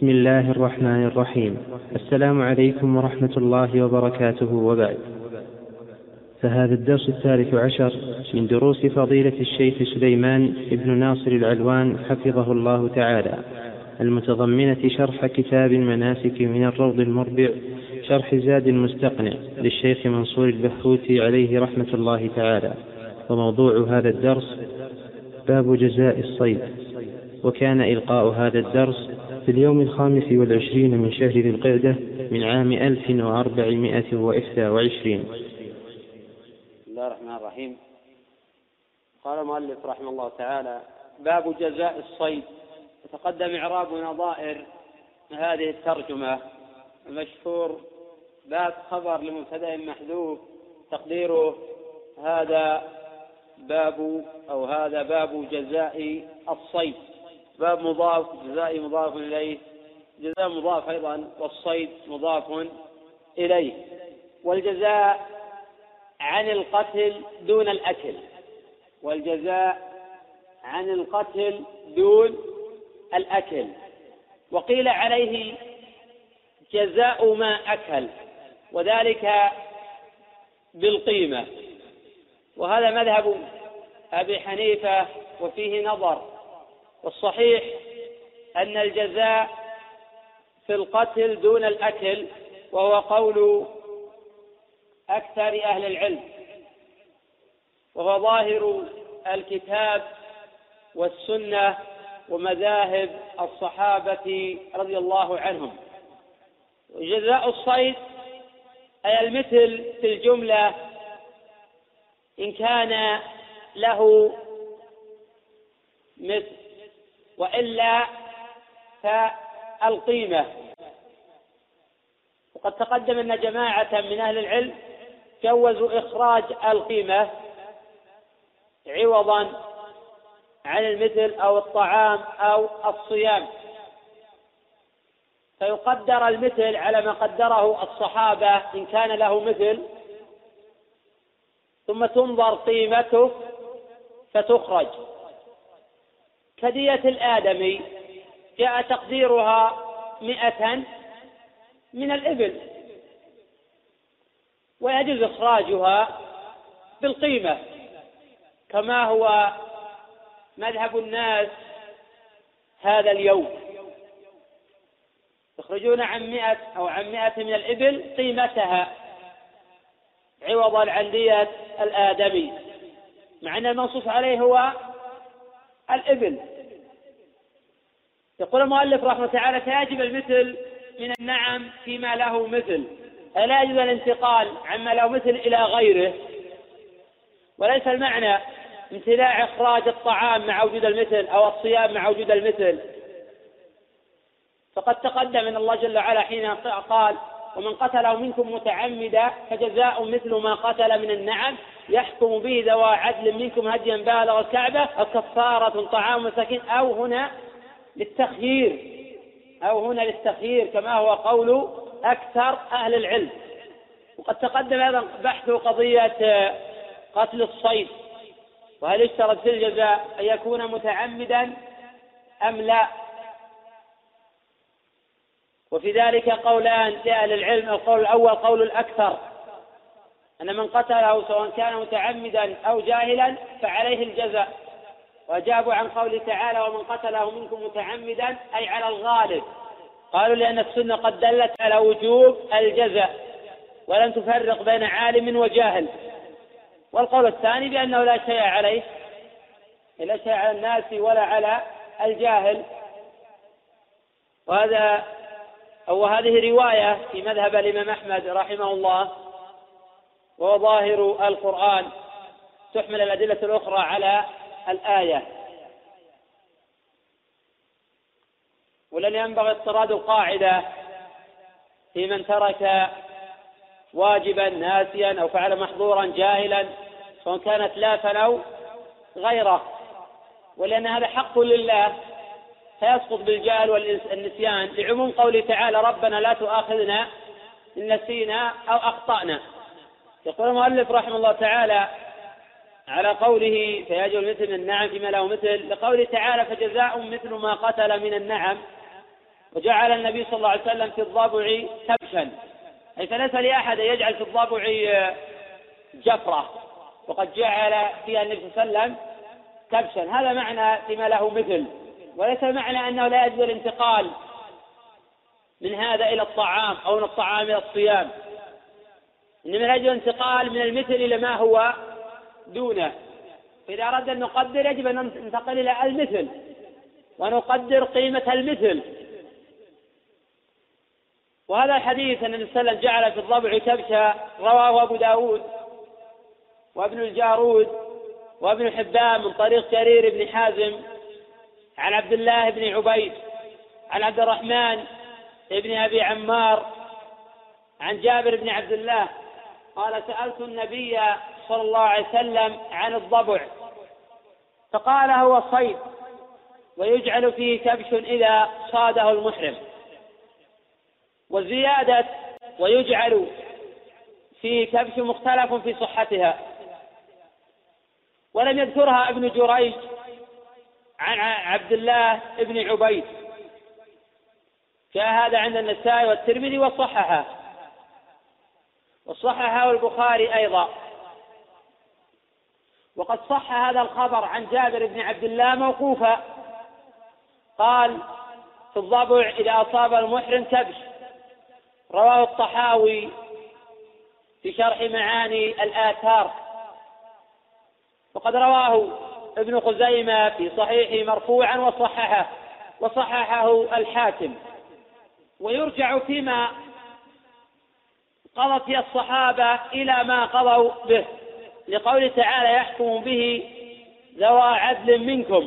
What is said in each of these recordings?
بسم الله الرحمن الرحيم. السلام عليكم ورحمة الله وبركاته، وبعد. فهذا الدرس 13 من دروس فضيلة الشيخ سليمان بن ناصر العلوان حفظه الله تعالى، المتضمنة شرح كتاب المناسك من الروض المربع شرح زاد المستقنع للشيخ منصور البحوثي عليه رحمة الله تعالى. وموضوع هذا الدرس باب جزاء الصيد. وكان إلقاء هذا الدرس في اليوم 25 من شهر ذي القعدة من عام 1421. بسم الله الرحمن الرحيم. قال المؤلف رحمه الله تعالى: باب جزاء الصيد. وتقدم إعراب نظائر هذه الترجمة المشهور باب خبر لمبتدأ محذوف تقديره هذا باب جزاء الصيد. باب مضاف، جزاء مضاف إليه، جزاء مضاف أيضا، والصيد مضاف إليه. والجزاء عن القتل دون الأكل، والجزاء عن القتل دون الأكل. وقيل عليه جزاء ما أكل، وذلك بالقيمة، وهذا مذهب أبي حنيفة وفيه نظر. والصحيح أن الجزاء في القتل دون الأكل، وهو قول أكثر أهل العلم، وهو ظاهر الكتاب والسنة ومذاهب الصحابة رضي الله عنهم. جزاء الصيد أي المثل في الجملة إن كان له مثل، وإلا فالقيمة. وقد تقدم أن جماعة من أهل العلم جوزوا إخراج القيمة عوضا عن المثل أو الطعام أو الصيام، فيقدر المثل على ما قدره الصحابة إن كان له مثل، ثم تنظر قيمته فتخرج. كدية الآدمي جاء تقديرها 100 من الإبل، ويجوز إخراجها بالقيمة كما هو مذهب الناس هذا اليوم، يخرجون عن 100 أو عن 100 من الإبل قيمتها عوضا عن دية الآدمي، مع أن المنصوص عليه هو الإبل. يقول المؤلف رحمه تعالى: فيجب المثل من النعم فيما له مثل، فلا يجوز الانتقال عما له مثل إلى غيره. وليس المعنى امتناع إخراج الطعام مع وجود المثل أو الصيام مع وجود المثل، فقد تقدم أن الله جل وعلا حين قال: ومن قتله منكم متعمدا فجزاء مثل ما قتل من النعم يحكم به ذوى عدل منكم هديا بالغ الكعبة الكفارة طعام مساكين، أو هنا للتخيير كما هو قول أكثر أهل العلم. وقد تقدم أيضا بحث قضية قتل الصيد، وهل يشترط في الجزاء أن يكون متعمدا أم لا. وفي ذلك قولان لأهل العلم: القول الأول قول الأكثر أن من قتله سواء كان متعمدا أو جاهلا فعليه الجزاء، وأجابوا عن قوله تعالى: ومن قتله منكم متعمدا أي على الغالب. قالوا لأن السنة قد دلت على وجوب الجزاء ولم تفرق بين عالم وجاهل. والقول الثاني بأنه لا شيء عليه، لا شيء على الناس ولا على الجاهل. وهذه رواية في مذهب الإمام أحمد رحمه الله، وهو ظاهر القرآن، تحمل الأدلة الأخرى على الآية. ولن ينبغي اضطراد القاعدة في من ترك واجبا ناسيا أو فعل محظورا جاهلا، سواء كانت لافا أو غيره، ولأن هذا حق لله فيسقط بالجهل والنسيان، لعموم قوله تعالى: ربنا لا تؤاخذنا إن نسينا أو أخطأنا. يقول المؤلف رحمه الله تعالى على قوله فيجب المثل من النعم فيما له مثل، لقوله تعالى: فجزاء مثل ما قتل من النعم. وجعل النبي صلى الله عليه وسلم في الضبع كبشا، أي فليس لأحد يجعل في الضبع جفرة، وقد جعل فيها النبي صلى الله عليه وسلم كبشا. هذا معنى فيما له مثل، وليس معنى أنه لا يجوز الانتقال من هذا إلى الطعام أو من الطعام إلى الصيام، إنما يجب الانتقال من المثل إلى ما هو دونه. فإذا أردنا أن نقدر يجب أن ننتقل إلى المثل ونقدر قيمة المثل. وهذا الحديث أن النبي صلى الله عليه وسلم جعل في الضبع كبشا رواه أبو داود وابن الجارود وابن حبان من طريق جرير بن حازم عن عبد الله بن عبيد عن عبد الرحمن بن أبي عمار عن جابر بن عبد الله قال: سألت النبي صلى الله عليه وسلم عن الضبع فقال: هو صيد ويجعل فيه كبش إذا صاده المحرم. والزيادة ويجعل فيه كبش مختلف في صحتها، ولم يذكرها ابن جريج عن عبد الله بن عبيد. جاء هذا عند النسائي والترمذي وصححه البخاري أيضا. وقد صح هذا الخبر عن جابر بن عبد الله موقوفا، قال: في الضبع إذا أصاب المحرم كبش. رواه الطحاوي في شرح معاني الآثار. وقد رواه ابن خزيمة في صحيحه مرفوعا وصححه الحاكم. ويرجع فيما قضت فيه الصحابة إلى ما قضوا به، لقوله تعالى: يحكم به ذوى عدل منكم.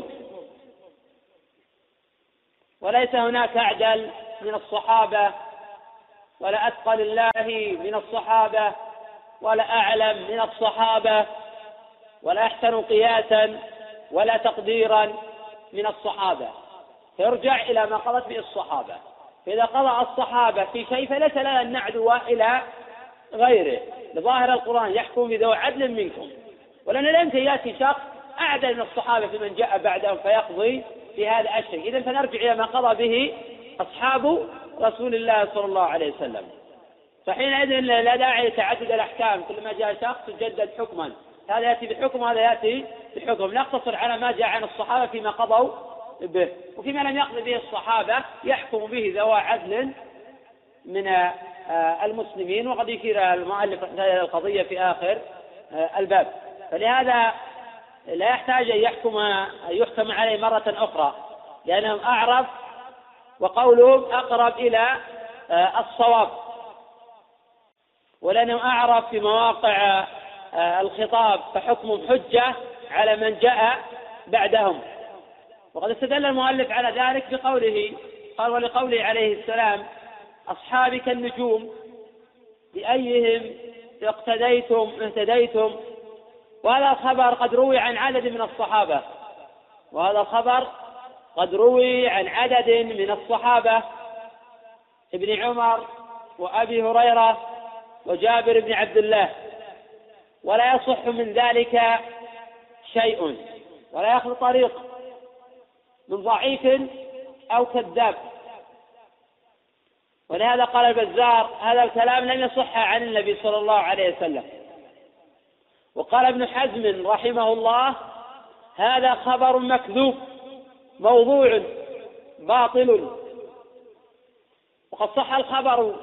وليس هناك أعدل من الصحابة ولا أثقل الله من الصحابة ولا أعلم من الصحابة ولا أحسن قياسا ولا تقديرا من الصحابة، فيرجع إلى ما قضت به الصحابة. فإذا قضى الصحابة في شيء فليس لنا أن نعدو إلى غيره، لظاهر القرآن: يحكم بذوي عدل منكم. ولأن لا يمكن يأتي شخص أعدل من الصحابة في من جاء بعدهم فيقضي في هذا الشيء. إذن فنرجع إلى ما قضى به أصحاب رسول الله صلى الله عليه وسلم. فحينئذ لا داعي لتعدد الأحكام، كلما جاء شخص يجدد حكما، هذا يأتي بحكم وهذا يأتي بحكم. نقتصر على ما جاء عن الصحابة فيما قضوا به، وفيما لم يقضي به الصحابة يحكم به ذوى عدل من المسلمين. وقد يشير المؤلف هذه القضية في آخر الباب. فلهذا لا يحتاج أن يحكم عليه مرة أخرى، لأنهم أعرف وقولهم أقرب إلى الصواب، ولأنهم أعرف في مواقع الخطاب، فحكم حجة على من جاء بعدهم. وقد استدل المؤلف على ذلك بقوله، قال: ولقوله عليه السلام: أصحابي كالنجوم بأيهم اقتديتم اهتديتم. وهذا الخبر قد روي عن عدد من الصحابة، ابن عمر وأبي هريرة وجابر بن عبد الله، ولا يصح من ذلك شيء، ولا يخلو طريق من ضعيف أو كذاب. ولهذا قال البزار: هذا الكلام لم يصح عن النبي صلى الله عليه وسلم. وقال ابن حزم رحمه الله: هذا خبر مكذوب موضوع باطل. وقد صح الخبر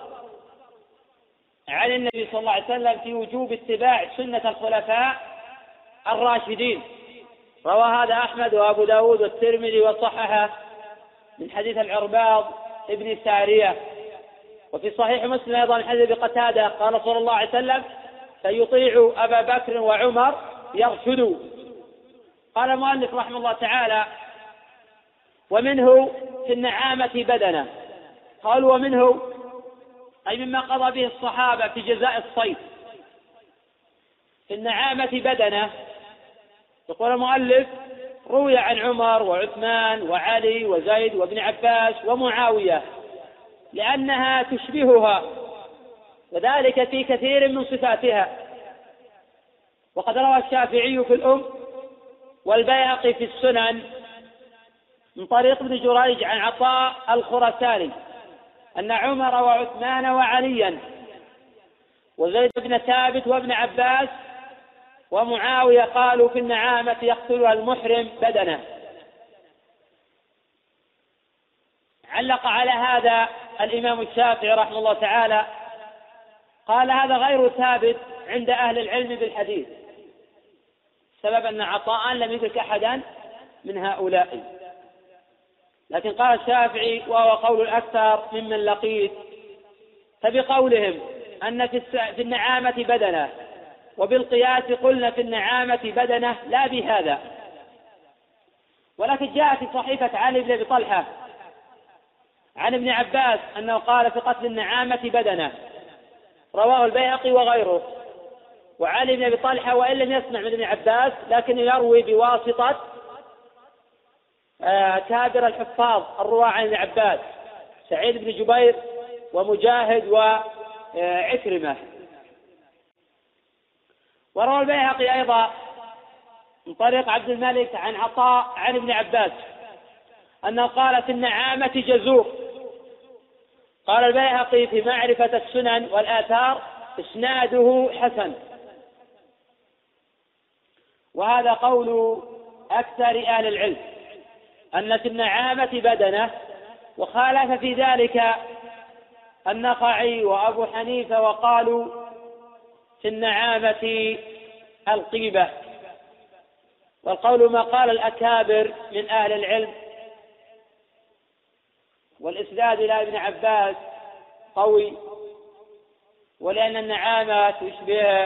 عن النبي صلى الله عليه وسلم في وجوب اتباع سنة الخلفاء الراشدين. روى هذا أحمد وأبو داود والترمذي وصححه من حديث العرباض ابن سارية. وفي صحيح مسلم أيضا من حديث قتادة قال صلى الله عليه وسلم: فيطيع أبا بكر وعمر يرشدوا. قال المؤلف رحمه الله تعالى: ومنه في النعامة بدنة. قالوا: ومنه أي مما قضى به الصحابة في جزاء الصيد. في النعامة بدنة، يقول المؤلف: روي عن عمر وعثمان وعلي وزيد وابن عباس ومعاوية لأنها تشبهها، وذلك في كثير من صفاتها. وقد روى الشافعي في الأم والبيهقي في السنن من طريق ابن جريج عن عطاء الخراساني أن عمر وعثمان وعليا وزيد بن ثابت وابن عباس ومعاوية قالوا في النعامة يقتلها المحرم بدنه. علق على هذا الإمام الشافعي رحمه الله تعالى قال هذا غير ثابت عند أهل العلم بالحديث، سبب أن عطاء لم يدرك أحدا من هؤلاء. لكن قال الشافعي وهو قول الأكثر ممن لقيت، فبقولهم أن في النعامة بدنة، وبالقياس قلنا في النعامة بدنة لا بهذا. ولكن جاء في صحيفة علي بن أبي طلحة عن ابن عباس أنه قال في قتل النعامة بدنة، رواه البيهقي وغيره. وعلي بن أبي طلحة وإن لم يسمع من ابن عباس لكن يروي بواسطة كابر الحفاظ الرواة عن ابن عباس سعيد بن جبير ومجاهد وعكرمة. وروى البيهقي أيضا من طريق عبد الملك عن عطاء عن ابن عباس أنه قال في النعامة جزور. قال البيهقي في معرفة السنن والآثار إسناده حسن، وهذا قول أكثر أهل العلم أن في النعامة بدنة. وخالف في ذلك النخعي وأبو حنيفة وقالوا في النعامة القيبة، والقول ما قال الأكابر من أهل العلم. والإسناد إلى ابن عباس قوي، ولأن النعامة تشبه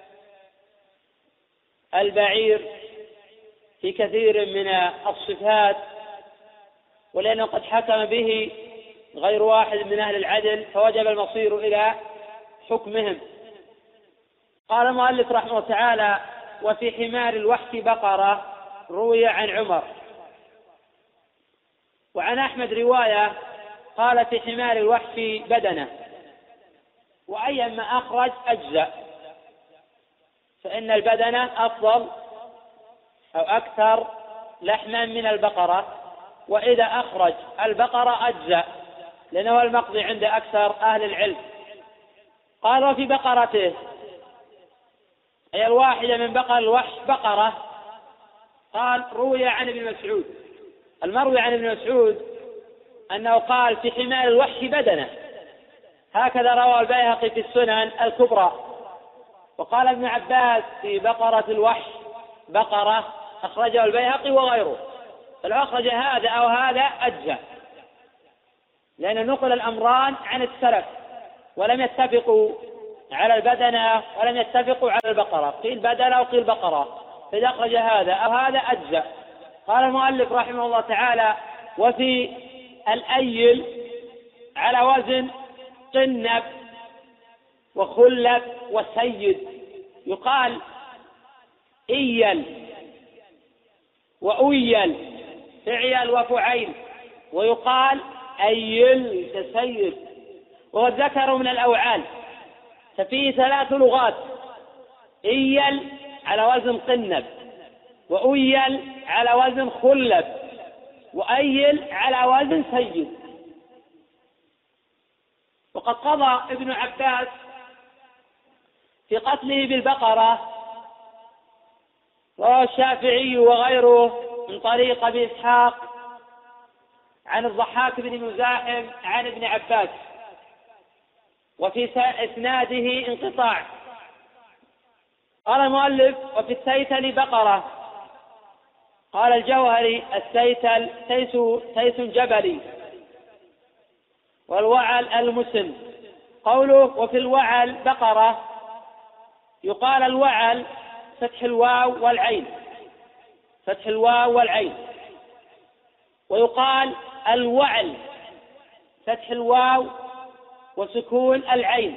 البعير في كثير من الصفات، ولأنه قد حكم به غير واحد من أهل العدل فوجب المصير إلى حكمهم. قال المؤلف رحمه الله تعالى وفي حمار الوحش بقرة روي عن عمر. وعن أحمد رواية قال في حمار الوحش بدنة، وأيما أخرج أجزأ، فإن البدنة أفضل أو أكثر لحما من البقرة، وإذا أخرج البقرة أجزأ، لأنه المقضي عند أكثر أهل العلم. قال وفي بقرته أي الواحدة من بقر الوحش بقرة، قال روي عن ابن مسعود. المروي عن ابن مسعود أنه قال في حمار الوحش بدنة، هكذا روى البيهقي في السنن الكبرى. وقال ابن عباس في بقرة الوحش بقرة، أخرجه البيهقي وغيره. فلو أخرج هذا أو هذا أجزى، لأن نقل الأمران عن السلف ولم يتفقوا على البدنة ولم يتفقوا على البقرة، قيل بدنة وقيل بقرة، فإذا أخرج هذا أو هذا أجزى. قال المؤلف رحمه الله تعالى وفي الأيل على وزن قنب وخلب وسيد، يقال إيل وأيل فعيل وفعيل، ويقال أيل تسيد. وقد ذكروا من الأوعال، ففيه 3 لغات: إيل على وزن قنب، وأيل على وزن خلب، وأيل على وزن سيد. وقد قضى ابن عباس في قتله بالبقرة، رواه الشافعي وغيره من طريق أبي إسحاق عن الضحاك بن مزاحم عن ابن عباس، وفي إسناده انقطاع. قال المؤلف وفي السيتل بقرة. قال الجوهري السيتل تيس جبلي، والوعل المسن. قوله وفي الوعل بقرة، يقال الوعل فتح الواو والعين، فتح الواو والعين، ويقال الوعل فتح الواو وسكون العين،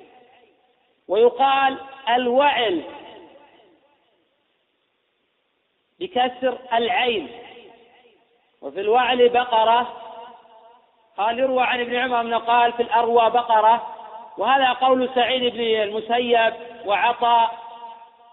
ويقال الوعل بكسر العين. وفي الوعل بقرة. قال يروى عن ابن عمر أنه قال في الأروى بقرة، وهذا قول سعيد بن المسيب وعطاء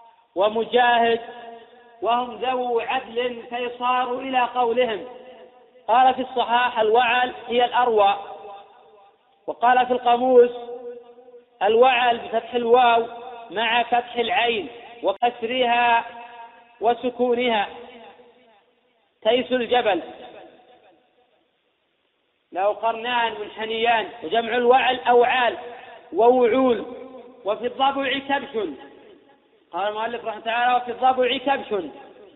ومجاهد، وهم ذو عدل فيصار إلى قولهم. قال في الصحاح الوعل هي الأروى، وقال في القاموس الوعل بفتح الواو مع فتح العين وكسرها وسكونها، تيس الجبل له قرنان منحنيان، وجمع الوعل أوعال ووعول. وفي الضبع كبش، قال المؤلف رحمه الله تعالى وفي الضبع كبش،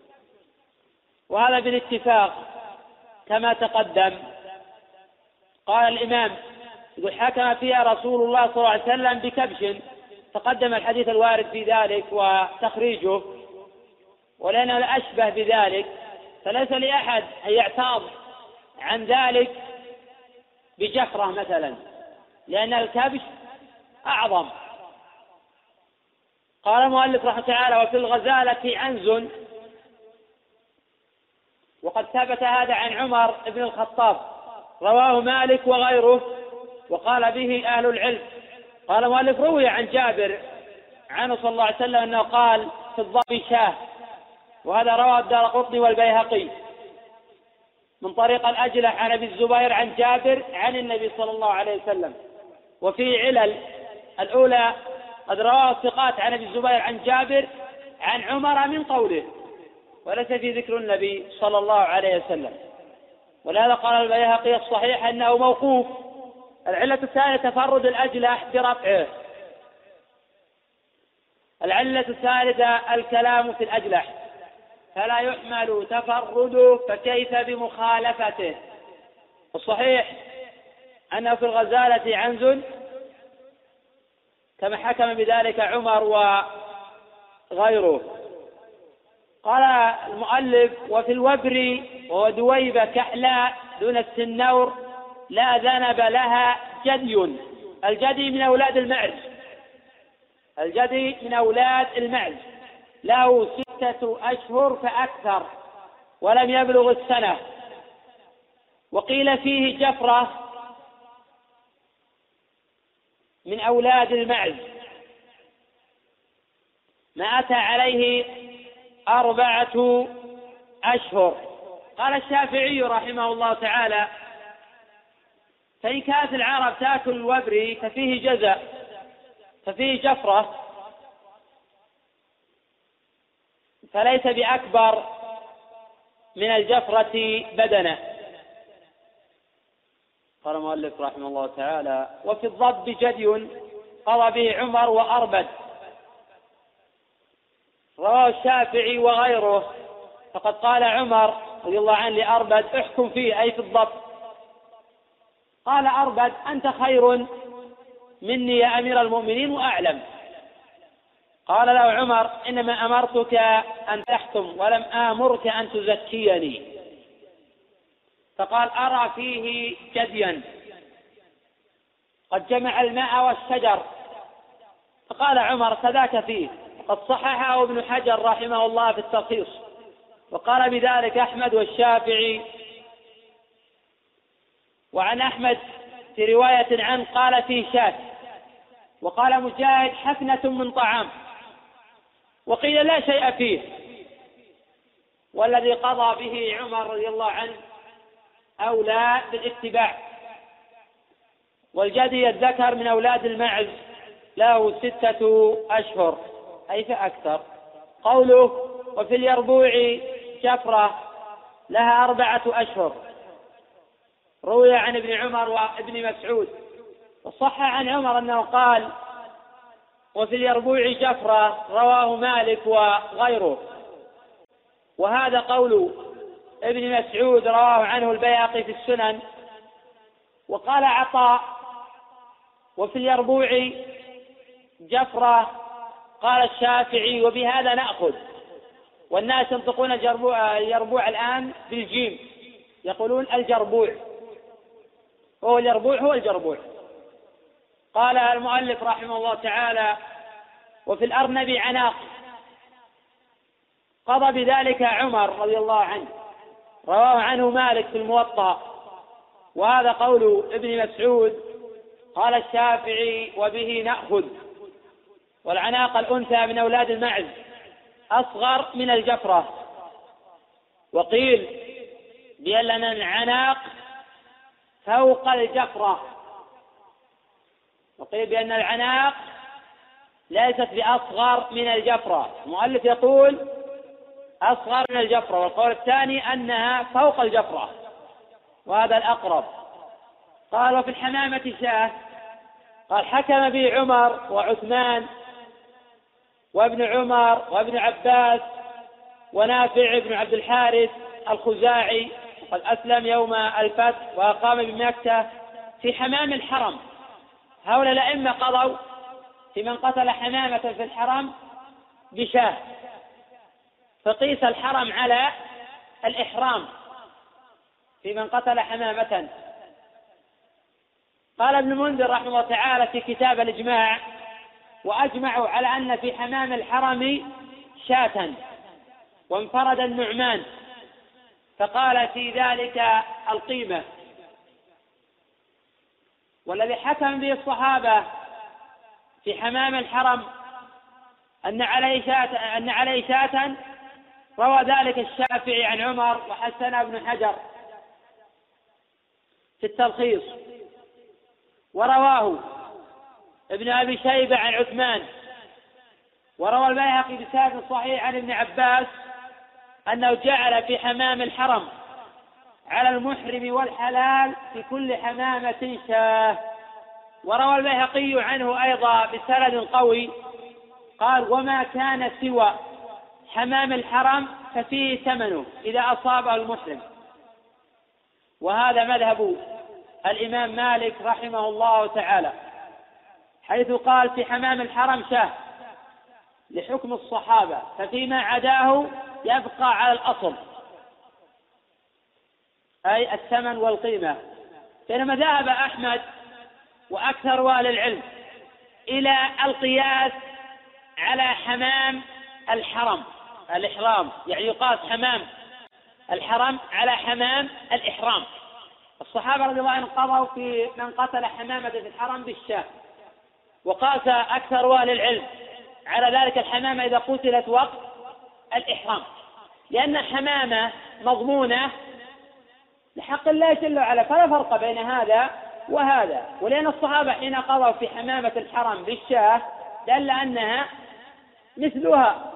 وهذا بالاتفاق كما تقدم. قال الإمام يقول حكم فيها رسول الله صلى الله عليه وسلم بكبش، تقدم الحديث الوارد في ذلك وتخريجه، ولأنه لا أشبه بذلك فليس لأحد أن يعتاض عن ذلك بجفرة مثلا، لأن الكبش أعظم. قال المؤلف رحمه الله تعالى وفي الغزالة عنز، وقد ثبت هذا عن عمر بن الخطاب، رواه مالك وغيره وقال به أهل العلم. قال المؤلف روي عن جابر عنه صلى الله عليه وسلم أنه قال في الضب شاه، وهذا رواه الدارقطني والبيهقي من طريق الأجلح عن أبي الزبير عن جابر عن النبي صلى الله عليه وسلم. وفي علل الأولى قد رواه الثقات عن أبي الزبير عن جابر عن عمر من قوله، وليس في ذكر النبي صلى الله عليه وسلم، ولهذا قال البيهقي الصحيح أنه موقوف. العلة الثانية تفرد الأجلح برفعه. العلة الثالثة الكلام في الأجلح فلا يحمل تفرده فكيف بمخالفته. الصحيح أنه في الغزالة عنز كما حكم بذلك عمر وغيره. قال المؤلف وفي الوبر وهو دويبة كحلاء دون السنور لا ذنب لها جدي. الجدي من أولاد المعز، الجدي من أولاد المعز، له 6 أشهر فأكثر ولم يبلغ السنة. وقيل فيه جفرة من أولاد المعز ما أتى عليه 4 أشهر. قال الشافعي رحمه الله تعالى فإن كانت العرب تأكل الوبر ففيه جزع، ففيه جفرة، فليس بأكبر من الجفرة بدنة. قال المؤلف رحمه الله تعالى وفي الضب جدي قضى به عمر وأربد، رواه الشافعي وغيره، فقد قال عمر رضي الله عنه لأربد احكم فيه أي في الضب. قال أربد أنت خير مني يا أمير المؤمنين وأعلم. قال له عمر إنما أمرتك أن تحكم ولم آمرك أن تزكيني. فقال أرى فيه جديا قد جمع الماء والشجر. فقال عمر فذاك فيه، قد صححه ابن حجر رحمه الله في التلخيص، وقال بذلك أحمد والشافعي. وعن أحمد في رواية عنه قال فيه شاة، وقال مجاهد حفنة من طعام، وقيل لا شيء فيه. والذي قضى به عمر رضي الله عنه أولى بالاتباع. والجدي الذكر من أولاد المعز له 6 أشهر أي فأكثر. قوله وفي اليربوع جفرة لها 4 أشهر، روي عن ابن عمر وابن مسعود، وصح عن عمر أنه قال وفي اليربوع جفرة، رواه مالك وغيره. وهذا قول ابن مسعود رواه عنه البيهقي في السنن. وقال عطاء وفي اليربوع جفرة، قال الشافعي وبهذا نأخذ. والناس ينطقون اليربوع الآن بالجيم، يقولون الجربوع، وهو اليربوع هو الجربوع. قال المؤلف رحمه الله تعالى وفي الأرنب عناق، قضى بذلك عمر رضي الله عنه، رواه عنه مالك في الموطأ. وهذا قول ابن مسعود. قال الشافعي وبه نأخذ. والعناق الأنثى من أولاد المعز أصغر من الجفرة. وقيل بأن العناق فوق الجفرة، وقيل بأن العناق ليست بأصغر من الجفرة. المؤلف يقول أصغر من الجفرة، والقول الثاني أنها فوق الجفرة، وهذا الأقرب. قال وفي الحمامة شاة. قال حكم به عمر وعثمان وابن عمر وابن عباس ونافع بن عبد الحارث الخزاعي، وقد أسلم يوم الفتح وأقام بمكة في حمام الحرم. هؤلاء الأئمة قضوا في من قتل حمامة في الحرم بشاة، فقيس الحرم على الإحرام في من قتل حمامة. قال ابن المنذر رحمه الله تعالى في كتاب الإجماع: وأجمعوا على أن في حمام الحرم شاة، وانفرد النعمان فقال في ذلك القيمة. والذي حكم به الصحابة في حمام الحرم أن عليه شاة روى ذلك الشافعي عن عمر وحسن بن حجر في التلخيص، ورواه ابن أبي شيبة عن عثمان، وروى البيهقي بسند صحيح عن ابن عباس أنه جعل في حمام الحرم على المحرم والحلال في كل حمامة شاة. وروى البيهقي عنه أيضا بسند قوي قال: وما كان سوى حمام الحرم ففيه ثمنه إذا أصابه المحرم. وهذا مذهب الإمام مالك رحمه الله تعالى، حيث قال في حمام الحرم شاة لحكم الصحابة، ففيما عداه يبقى على الأصل أي الثمن والقيمة. بينما ذهب أحمد وأكثر أهل العلم إلى القياس على حمام الحرم الإحرام، يعني يقاس حمام الحرم على حمام الإحرام. الصحابة رضي الله عنهم قضوا في من قتل حمامة في الحرم بالشاة، وقاس أكثر أهل العلم على ذلك الحمامة إذا قتلت وقت الإحرام، لأن الحمامة مضمونة لحق الله جل وعلا، فلا فرق بين هذا وهذا. ولأن الصحابة حين قضوا في حمامة الحرم بالشاة دل أنها مثلها،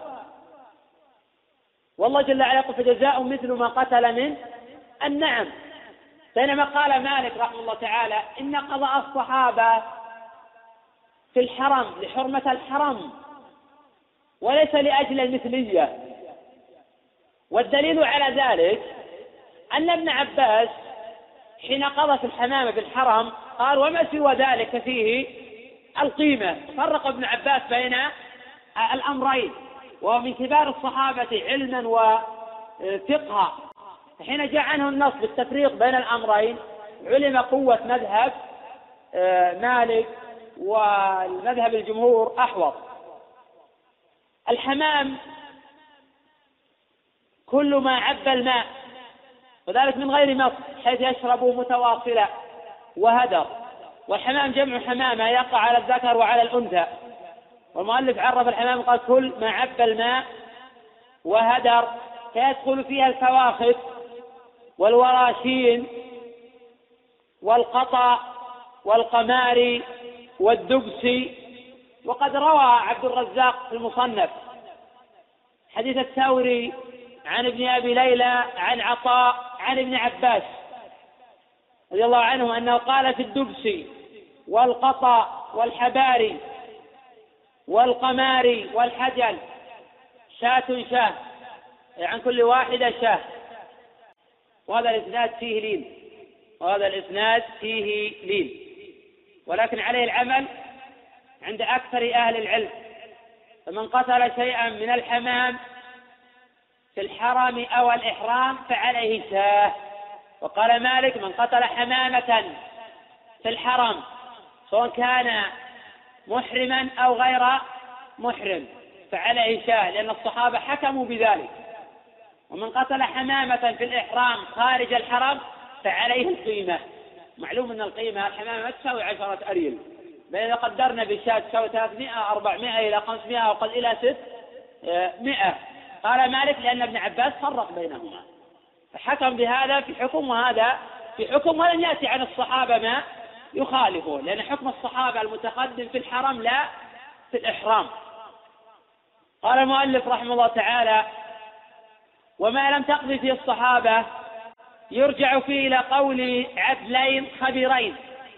والله جل وعلا يقول: فجزاء مثل ما قتل من النعم. بينما قال مالك رحمه الله تعالى: إن قضاء الصحابة في الحرم لحرمة الحرم وليس لأجل المثلية. والدليل على ذلك أن ابن عباس حين قضى في الحمامة بالحرم قال: وما سوى ذلك فيه القيمة. فرق ابن عباس بين الأمرين، وهو من كبار الصحابة علما وفقها. حين جاء عنه النص بالتفريق بين الأمرين علم قوة مذهب مالك والمذهب الجمهور أحوط. الحمام كل ما عب الماء، وذلك من غير مص حيث يشربه متواصلا وهدر. والحمام جمع حمامة يقع على الذكر وعلى الأنثى. والمؤلف عرف الحمام قال: كل ما عب الماء وهدر، فيدخل فيها الفواخذ والوراشين والقطا والقماري والدبس. وقد روى عبد الرزاق في المصنف حديث الثوري عن ابن أبي ليلى عن عطاء عن ابن عباس رضي الله عنه أنه قال في الدبس والقطا والحباري والقماري والحجل شاة شاه، عن كل واحدة شاه. وهذا الإسناد فيه لين، ولكن عليه العمل عند أكثر أهل العلم. فمن قتل شيئا من الحمام في الحرم أو الإحرام فعليه شاه. وقال مالك: من قتل حمامة في الحرم سواء كان محرما أو غير محرم فعليه شاه، لأن الصحابة حكموا بذلك. ومن قتل حمامة في الإحرام خارج الحرم فعليه القيمة. معلوم أن القيمة الحمامة تساوي 10 أريل، بينما قدرنا بالشاة تساوي 300 400 إلى 500 وقد إلى 600. قال مالك: لأن ابن عباس فرق بينهما، حكم بهذا في حكم وهذا في حكم، ولم يأتي عن الصحابة ما يخالفه، لأن حكم الصحابة المتقدم في الحرم لا في الإحرام. قال المؤلف رحمه الله تعالى: وما لم تقضي فيه الصحابة يرجع فيه إلى قول عدلين خبيرين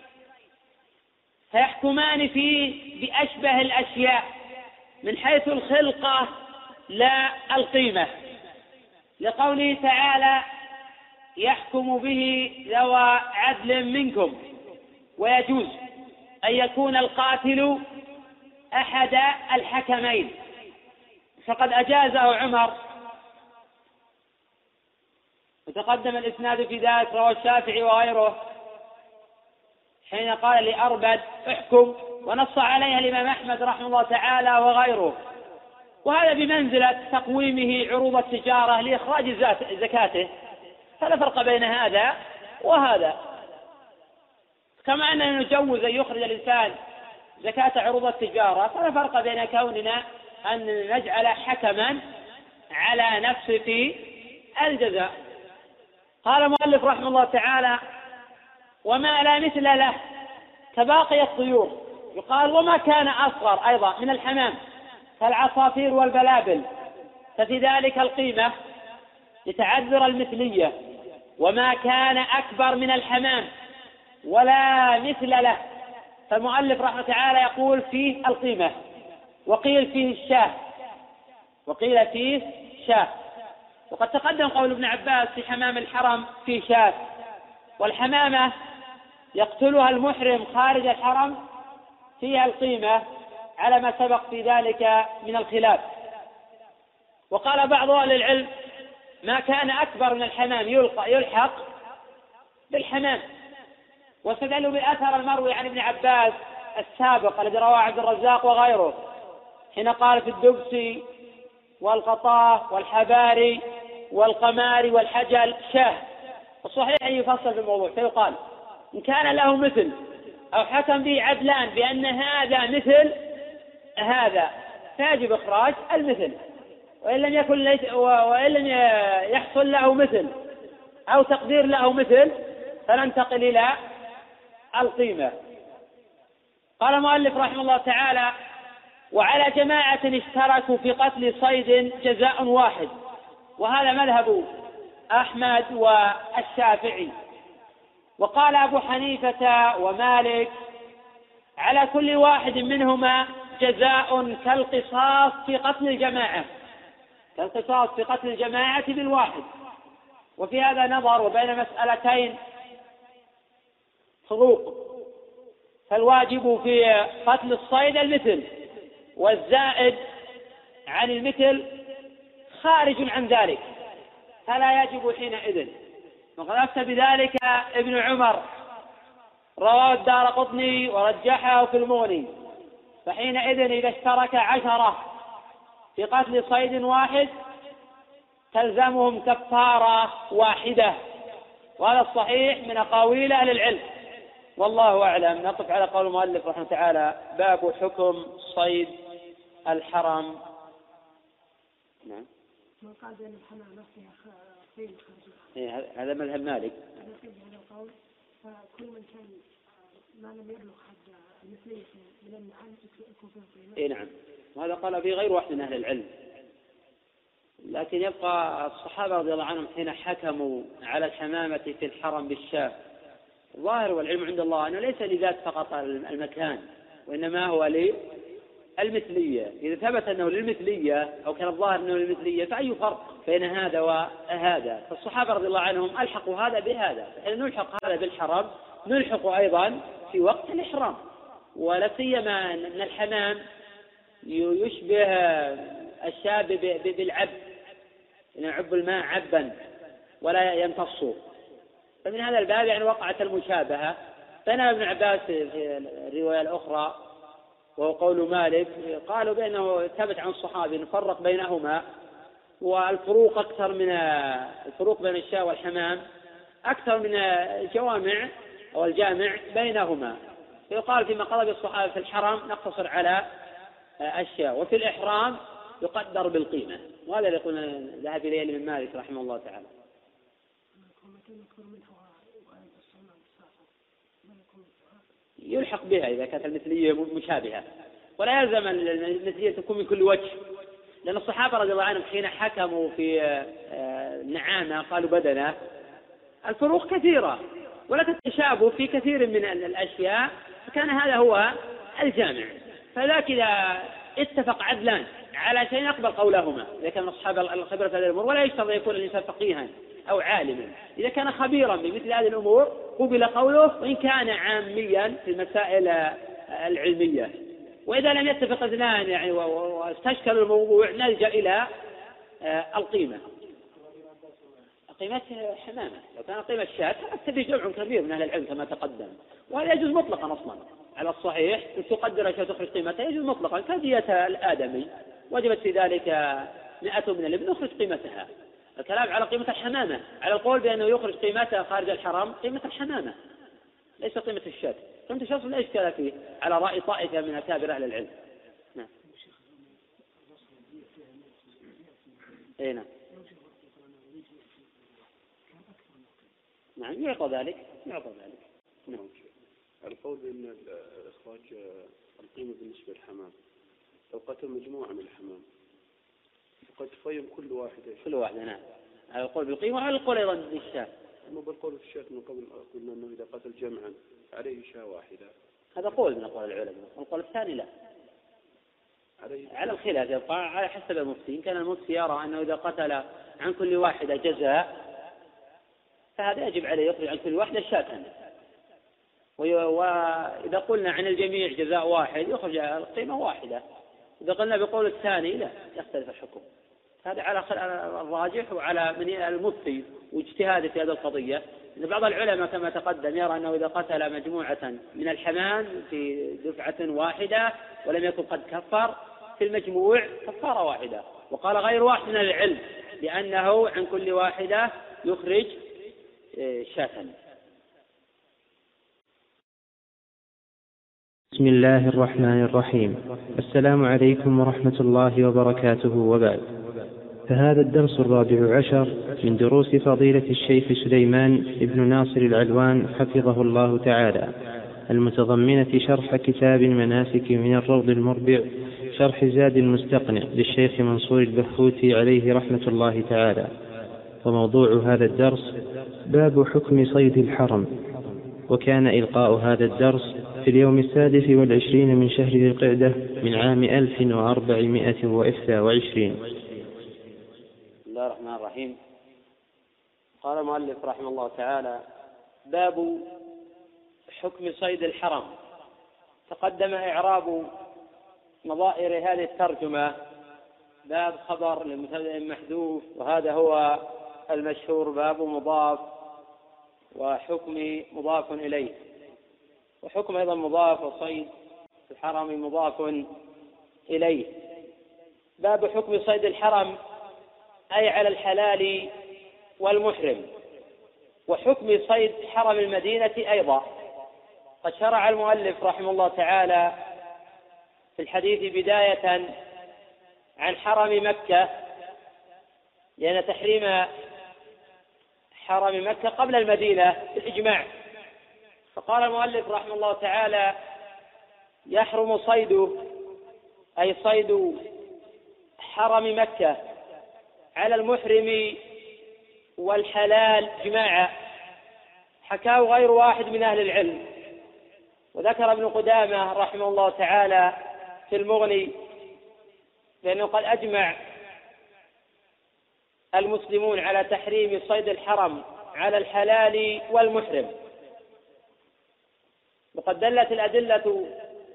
فيحكمان فيه بأشبه الأشياء من حيث الخلقة لا القيمة، لقوله تعالى: يحكم به ذوى عدل منكم، ويجوز أن يكون القاتل أحد الحكمين، فقد أجازه عمر، وتقدم الإسناد في ذلك، رواه الشافعي وغيره، حين قال لأربد: احكم، ونص عليها الإمام أحمد رحمه الله تعالى وغيره. وهذا بمنزلة تقويمه عروض التجارة لإخراج زكاته، فلا فرق بين هذا وهذا. كما أننا نجوز أن يخرج الإنسان زكاة عروض التجارة، فلا فرق بين كوننا أن نجعل حكما على نفس الجزاء. قال المؤلف رحمه الله تعالى: وما لا مثل له كباقي الطيور، يقال وما كان أصغر أيضا من الحمام كالعصافير والبلابل، ففي ذلك القيمة لتعذر المثلية. وما كان أكبر من الحمام ولا مثل له، فالمؤلف رحمه تعالى يقول فيه القيمة، وقيل فيه الشاة، وقد تقدم قول ابن عباس في حمام الحرم فيه شاة، والحمامة يقتلها المحرم خارج الحرم فيها القيمة على ما سبق في ذلك من الخلاف. وقال بعض أهل العلم: ما كان أكبر من الحمام يلحق بالحمام، واستدلوا بأثر المروي عن ابن عباس السابق الذي رواه عبد الرزاق وغيره، حين قال في الدبس والقطاه والحباري والقمار والحجل شاه. الصحيح أن يفصل في الموضوع، فيقال إن كان له مثل أو حكم به عدلان بأن هذا مثل هذا فيجب إخراج المثل، وإن لم يحصل له مثل أو تقدير له مثل فننتقل إلى القيمة. قال المؤلف رحمه الله تعالى: وعلى جماعة اشتركوا في قتل صيد جزاء واحد، وهذا مذهب أحمد والشافعي. وقال أبو حنيفة ومالك: على كل واحد منهما جزاء كالقصاص في قتل الجماعة بالواحد. وفي هذا نظر، وبين مسألتين فروق، فالواجب في قتل الصيد المثل، والزائد عن المثل خارج عن ذلك فلا يجب حينئذ. وقد أفتى بذلك ابن عمر، رواه الدارقطني ورجحه في المغني، فحينئذ إذا اشترك 10 في قتل صيد واحد تلزمهم كفارة واحدة، وهذا الصحيح من أقاويل أهل العلم، والله أعلم. نقف على قول المؤلف رحمه تعالى: باب حكم صيد الحرم. نعم. ما قال بأن الحمامة فيها قيل خارجية. هذا مذهب مالك. هذا القول، فكل من كان ما لم يبلغ حد المثلية من النعم يكون فيه قيمة. نعم، وهذا قال به غير واحد من أهل العلم. لكن يبقى الصحابة رضي الله عنهم حين حكموا على الحمامة في الحرم بالشاة، الظاهر والعلم عند الله أنه ليس لذات فقط المكان، وإنما هو للمثلية. إذا ثبت أنه للمثلية أو كان الظاهر أنه للمثلية فأي فرق بين هذا وهذا؟ فالصحابة رضي الله عنهم ألحقوا هذا بهذا، فإن نلحق هذا بالحرم نلحق أيضا في وقت الإحرام. ولا سيما أن الحمام يشبه الشاب بالعب، يعب الماء عبا ولا يمتص، فمن هذا الباب يعني وقعت المشابهة. فأنا ابن عباس في الرواية الأخرى وهو قول مالك قالوا بأنه ثبت عن الصحابي نفرق بينهما، والفروق أكثر من الفروق بين الشاة والحمام أكثر من الجوامع أو الجامع بينهما. فيقال فيما قضى بالصحابة في الحرم نقتصر على الشاة، وفي الإحرام يقدر بالقيمة، وهذا اللي يقول ذهب إليه من مالك رحمه الله تعالى. يلحق بها إذا كانت المثلية مشابهة، ولا يلزم المثلية تكون من كل وجه، لأن الصحابة رضي الله عنهم حين حكموا في النعامة قالوا بدنة، الفروق كثيرة ولا تتشابه في كثير من الأشياء، فكان هذا هو الجامع. فذاك إذا اتفق عدلان على شيء يقبل قولهما إذا كان أصحاب الخبرة في هذه الأمور، ولا يشترط أن يكون الإنسان فقيها أو عالما. إذا كان خبيرا بمثل هذه الأمور قبل قوله، وإن كان عاميا في المسائل العلمية. وإذا لم يتفق اثنان يعني واستشكلوا الموضوع نلجأ إلى القيمة. قيمة حمامة لو كان قيمة شاة تبي جمع كبير من أهل العلم كما تقدم، وهذا يجوز مطلقا أصلا على الصحيح، تقدر أشياء تخرج قيمتها يجوز مطلقا كدية الآدمي، وجبت في ذلك 100 من الابن نخرج قيمتها. الكلام على قيمة الحمامة على القول بأنه يخرج قيمتها خارج الحرام، قيمة الحمامة ليس قيمة الشاة. قيمة الشاة لا إشكال فيه على رأي طائفة من أكابر أهل العلم. نعم. أي نعم. نعم يعطى ذلك. نعم. القول بأن إخراج القيمة بالنسبة للحمام لو قتل مجموعة من الحمام فقد تقيم كل واحدة. نعم. على القول بالقيمة وعلى القول أيضا بالشاة. أما بالقول في الشاة من قبل قلنا أنه إذا قتل جمعا عليه شاة واحدة. هذا قول من أقوال العلماء. والقول الثاني لا. على الخلاف يبقى على حسب المفتي. إن كان المفتي يرى أنه إذا قتل عن كل واحدة جزاء فهذا يجب عليه يخرج عن كل واحدة شاة. وإذا قلنا عن الجميع جزاء واحد يخرج القيمة واحدة. إذا قلنا بقول الثاني لا يختلف الحكم. هذا على الراجح وعلى من المفتي واجتهاده في هذه القضية. إن بعض العلماء كما تقدم يرى أنه إذا قتل مجموعة من الحمام في دفعة واحدة ولم يكن قد كفر في المجموع كفارة واحدة. وقال غير واحد من العلم لأنه عن كل واحدة يخرج شاة. بسم الله الرحمن الرحيم. السلام عليكم ورحمة الله وبركاته وبعد. فهذا الدرس 14 من دروس فضيلة الشيخ سليمان بن ناصر العلوان حفظه الله تعالى، المتضمنة شرح كتاب المناسك من الروض المربع شرح زاد المستقنع للشيخ منصور البحوثي عليه رحمة الله تعالى. وموضوع هذا الدرس باب حكم صيد الحرم. وكان إلقاء هذا الدرس في اليوم 26 من شهر ذي القعدة من عام 1421. بسم الله الرحمن الرحيم. قال المؤلف رحمه الله تعالى: باب حكم صيد الحرم. تقدم إعراب نظائر هذه الترجمة، باب خبر للمبتدأ محذوف، وهذا هو المشهور، باب مضاف وحكم مضاف إليه، وحكم أيضا مضاف، وصيد الحرم مضاف إليه. باب حكم صيد الحرم أي على الحلال والمحرم، وحكم صيد حرم المدينة أيضا. قد شرع المؤلف رحمه الله تعالى في الحديث بداية عن حرم مكة، لأن تحريم حرم مكة قبل المدينة بالإجماع. فقال المؤلف رحمه الله تعالى: يحرم صيده أي صيد حرم مكة على المحرم والحلال جماعة. حكاه غير واحد من أهل العلم، وذكر ابن قدامة رحمه الله تعالى في المغني لأنه قد أجمع المسلمون على تحريم صيد الحرم على الحلال والمحرم، وقد دلت الأدلة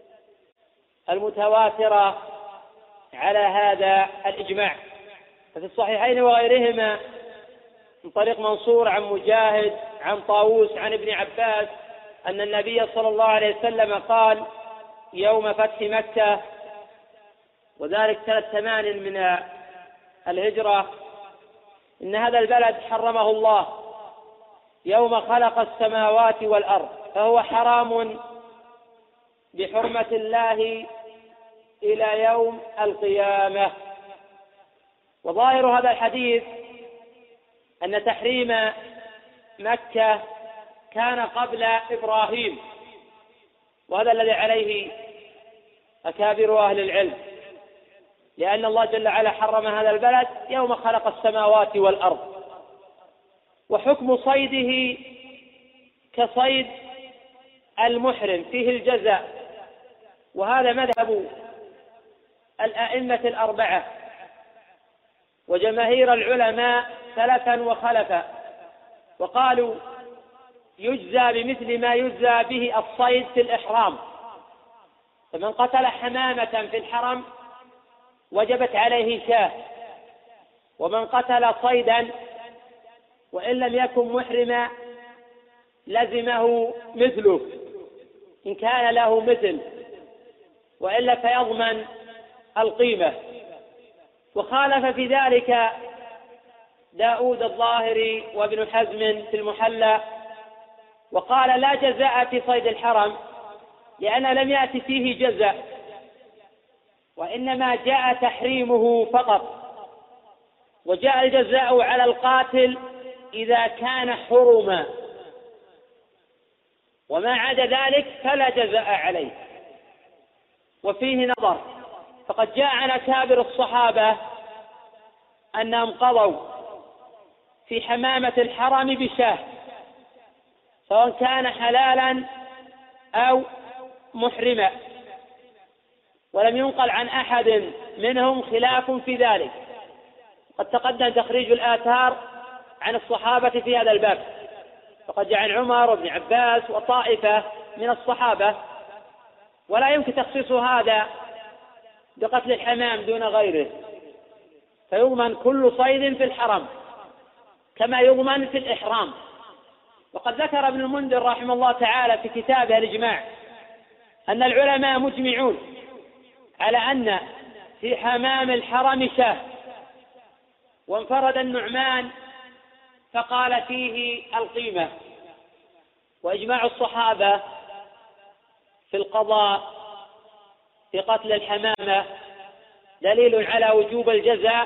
المتواترة على هذا الإجماع. ففي الصحيحين وغيرهما من طريق منصور عن مجاهد عن طاووس عن ابن عباس أن النبي صلى الله عليه وسلم قال يوم فتح مكة، وذلك سنة 8 من الهجرة: إن هذا البلد حرمه الله يوم خلق السماوات والأرض، فهو حرام بحرمة الله إلى يوم القيامة. وظاهر هذا الحديث أن تحريم مكة كان قبل إبراهيم، وهذا الذي عليه أكابر أهل العلم، لأن الله جل وعلا حرم هذا البلد يوم خلق السماوات والأرض، وحكم صيده كصيد المحرم فيه الجزاء، وهذا مذهب الأئمة الأربعة وجماهير العلماء سلفا وخلفا، وقالوا يجزى بمثل ما يجزى به الصيد في الإحرام، فمن قتل حمامة في الحرم وجبت عليه شاة، ومن قتل صيدا وإن لم يكن محرما لزمه مثله إن كان له مثل، وإلا فيضمن القيمة. وخالف في ذلك داود الظاهري وابن حزم في المحلى، وقال لا جزاء في صيد الحرم لأن لم يأتي فيه جزاء، وإنما جاء تحريمه فقط، وجاء الجزاء على القاتل إذا كان حرما، وما عدا ذلك فلا جزاء عليه. وفيه نظر، فقد جاء عن أكابر الصحابة أنهم قضوا في حمامة الحرم بشاه، سواء كان حلالا أو محرما، ولم ينقل عن أحد منهم خلاف في ذلك. قد تقدم تخريج الآثار عن الصحابة في هذا الباب، فقد جاء عن عمر وابن عباس وطائفة من الصحابة، ولا يمكن تخصيص هذا بقتل الحمام دون غيره، فيضمن كل صيد في الحرم كما يضمن في الإحرام. وقد ذكر ابن المنذر رحمه الله تعالى في كتابه الإجماع أن العلماء مجمعون على أن في حمام الحرم شاه، وانفرد النعمان فقال فيه القيمة. وإجماع الصحابة في القضاء في قتل الحمامة دليل على وجوب الجزاء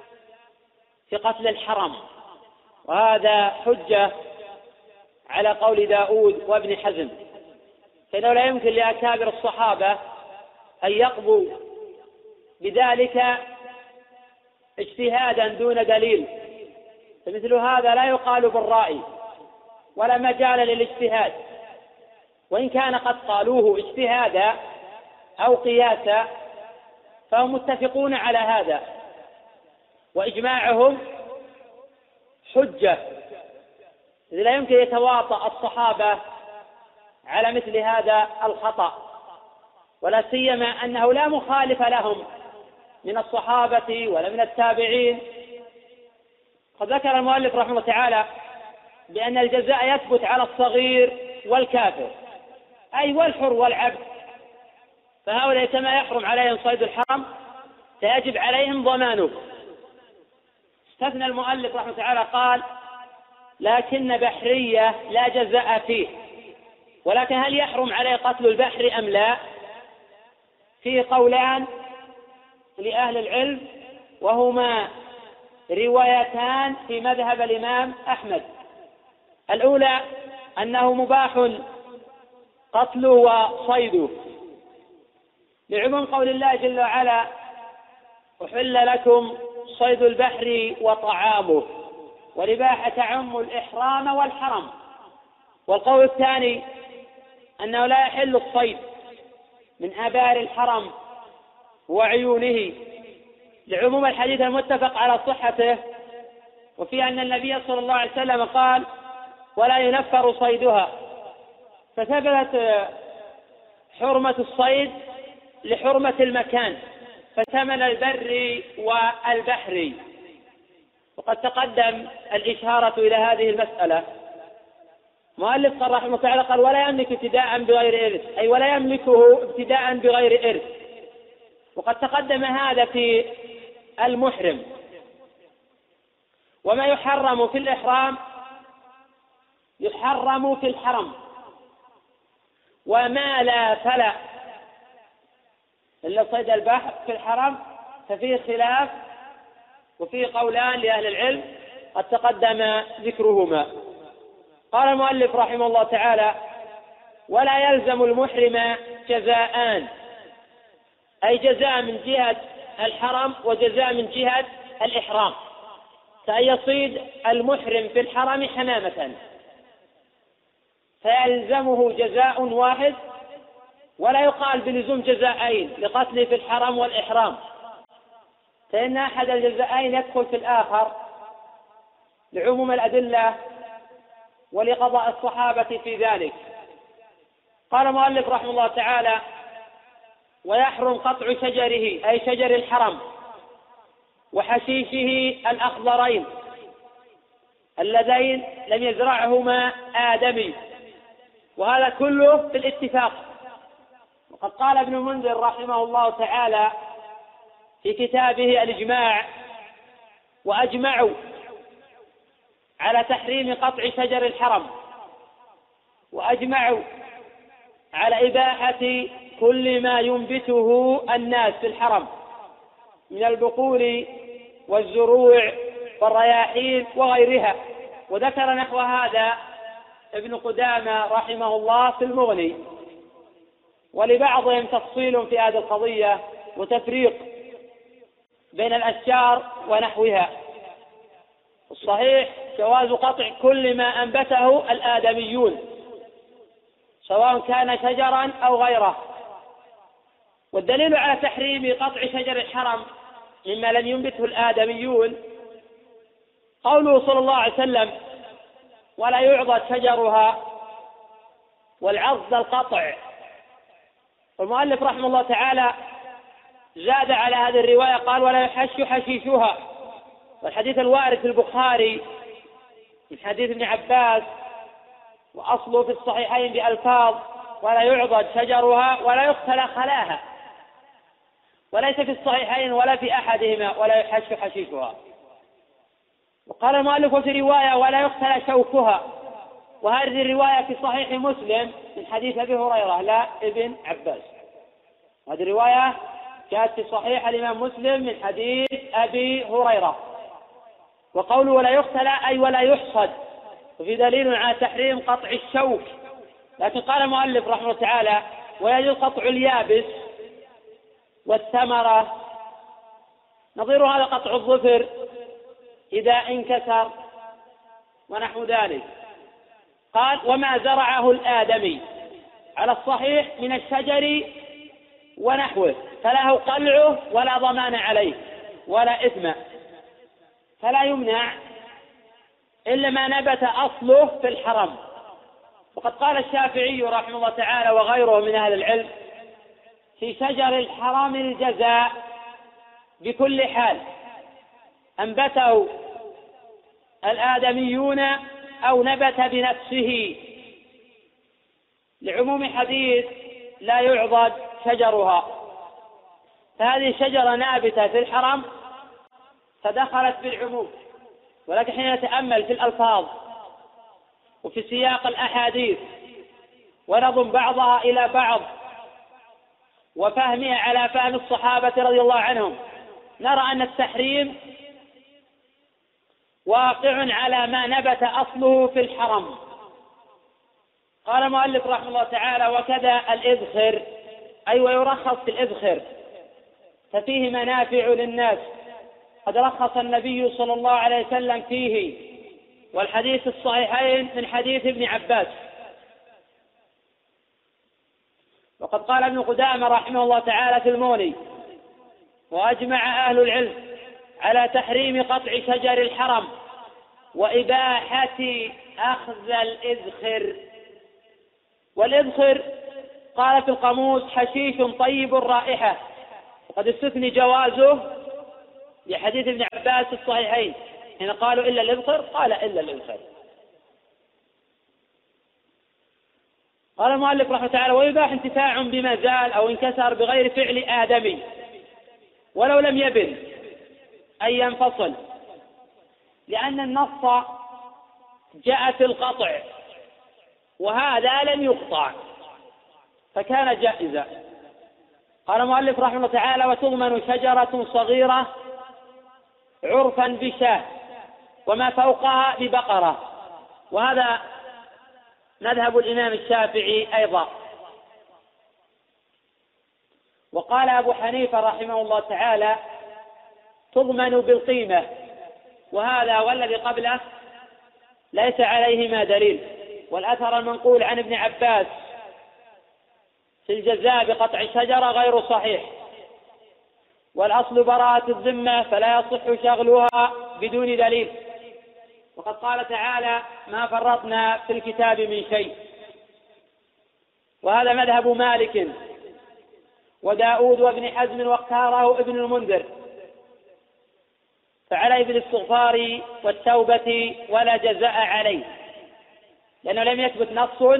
في قتل الحرم، وهذا حجة على قول داود وابن حزم، فإنه لا يمكن لأكابر الصحابة أن يقضوا بذلك اجتهادا دون دليل، فمثل هذا لا يقال بالرأي ولا مجال للاجتهاد، وإن كان قد قالوه اجتهادا أو قياسا فهم متفقون على هذا، وإجماعهم حجة، إذ لا يمكن يتواطأ الصحابة على مثل هذا الخطأ، ولا سيما أنه لا مخالف لهم من الصحابة ولا من التابعين. قد ذكر المؤلف رحمه الله تعالى بأن الجزاء يثبت على الصغير والكافر، أي والحر والعبد، فهؤلاء كما يحرم عليهم صيد الحرم فيجب عليهم ضمانه. استثنى المؤلف رحمه الله تعالى قال لكن بحرية لا جزاء فيه، ولكن هل يحرم عليه قتل البحر أم لا؟ فيه قولان لأهل العلم، وهما روايتان في مذهب الإمام أحمد. الأولى أنه مباح قتله وصيده، لعموم قول الله جل وعلا أحل لكم صيد البحر وطعامه، والإباحة تعم الإحرام والحرم. والقول الثاني أنه لا يحل الصيد من آبار الحرم وعيونه، لعموم الحديث المتفق على صحته، وفي أن النبي صلى الله عليه وسلم قال ولا ينفر صيدها، فثبتت حرمة الصيد لحرمة المكان فشمل البر والبحر. وقد تقدم الإشارة إلى هذه المسألة. مؤلف قال رحمه الله تعالى قال ولا يملك ابتداء بغير إرث، أي ولا يملكه ابتداء بغير إرث، وقد تقدم هذا في المحرم. وما يحرم في الإحرام يحرم في الحرم، وما لا فلا إلا صيد البحر في الحرم ففيه خلاف، وفيه قولان لأهل العلم قد تقدم ذكرهما. قال المؤلف رحمه الله تعالى: ولا يلزم المحرم جزاءان، أي جزاء من جهة الحرم وجزاء من جهة الإحرام، كأن يصيد المحرم في الحرم حمامة فيلزمه جزاء واحد، ولا يقال بلزوم جزاءين لقتله في الحرم والإحرام، فإن أحد الجزاءين يدخل في الآخر لعموم الأدلة ولقضاء الصحابة في ذلك. قال المؤلف رحمه الله تعالى: ويحرم قطع شجره، أي شجر الحرم، وحشيشه الأخضرين اللذين لم يزرعهما آدمي، وهذا كله في الاتفاق. وقد قال ابن المنذر رحمه الله تعالى في كتابه الإجماع: وأجمعوا على تحريم قطع شجر الحرم، وأجمعوا على إباحة كل ما ينبته الناس في الحرم من البقول والزروع والرياحين وغيرها. وذكر نحو هذا ابن قدامة رحمه الله في المغني. ولبعضهم تفصيل في هذه القضية وتفريق بين الأشجار ونحوها. الصحيح جواز قطع كل ما أنبته الآدميون سواء كان شجرا أو غيره. والدليل على تحريم قطع شجر الحرم مما لم ينبته الآدميون قوله صلى الله عليه وسلم: ولا يعضد شجرها، والعض القطع. والمؤلف رحمه الله تعالى زاد على هذه الرواية قال: ولا يحش حشيشها. والحديث الوارد في البخاري من حديث ابن عباس وأصله في الصحيحين بألفاظ: ولا يعضد شجرها ولا يقتل خلاها، وليس في الصحيحين ولا في أحدهما ولا يحش حشيشها. وقال المؤلف في رواية: ولا يقتل شوكها، وهذه الرواية في صحيح مسلم من حديث أبي هريرة لا ابن عباس. هذه الرواية جاءت في صحيح الإمام مسلم من حديث أبي هريرة. وقوله ولا يقتل أي ولا يحصد، وفي دليل على تحريم قطع الشوك. لكن قال المؤلف رحمه الله تعالى: ويجوز قطع اليابس والثمرة، نظير هذا قطع الظفر إذا انكسر ونحو ذلك. قال: وما زرعه الآدمي على الصحيح من الشجر ونحوه فله قلعه ولا ضمان عليه ولا إثم، فلا يمنع إلا ما نبت أصله في الحرم. وقد قال الشافعي رحمه الله تعالى وغيره من أهل العلم في شجر الحرم الجزاء بكل حال أنبته الآدميون أو نبت بنفسه، لعموم حديث لا يعضد شجرها. فهذه شجرة نابتة في الحرم فدخلت بالعموم. ولكن حين نتأمل في الألفاظ وفي سياق الأحاديث ونضم بعضها إلى بعض وفهمها على فهم الصحابة رضي الله عنهم، نرى أن التحريم واقع على ما نبت أصله في الحرم. قال المؤلف رحمه الله تعالى: وكذا الإذخر، أي ويرخص في الإذخر ففيه منافع للناس، قد رخص النبي صلى الله عليه وسلم فيه، والحديث الصحيحين من حديث ابن عباس. وقد قال ابن قدامة رحمه الله تعالى في المغني: وأجمع أهل العلم على تحريم قطع شجر الحرم وإباحة أخذ الإذخر. والإذخر قال في القاموس: حشيش طيب الرائحة، وقد استثني جوازه لحديث ابن عباس الصحيحين حين قالوا إلا الإذخر، قال إلا الإذخر. قال المؤلف رحمه الله تعالى: ويباح انتفاع بما زال أو انكسر بغير فعل آدمي ولو لم يبن أي ينفصل، لأن النص جاء في القطع وهذا لم يقطع فكان جائزا. قال المؤلف رحمه الله تعالى: وتضمن شجرة صغيرة عرفا بشاة وما فوقها ببقرة. وهذا مذهب الإمام الشافعي أيضا. وقال أبو حنيفة رحمه الله تعالى تضمن بالقيمة، وهذا والذي قبله ليس عليهما دليل. والأثر المنقول عن ابن عباس في الجزاء بقطع الشجرة غير صحيح، والأصل براءة الذمة فلا يصح شغلها بدون دليل. وقد قال تعالى ما فرطنا في الكتاب من شيء. وهذا مذهب مالك وداود وابن حزم واختاره ابن المنذر، فعليه بالاستغفار والتوبة ولا جزاء عليه، لأنه لم يثبت نص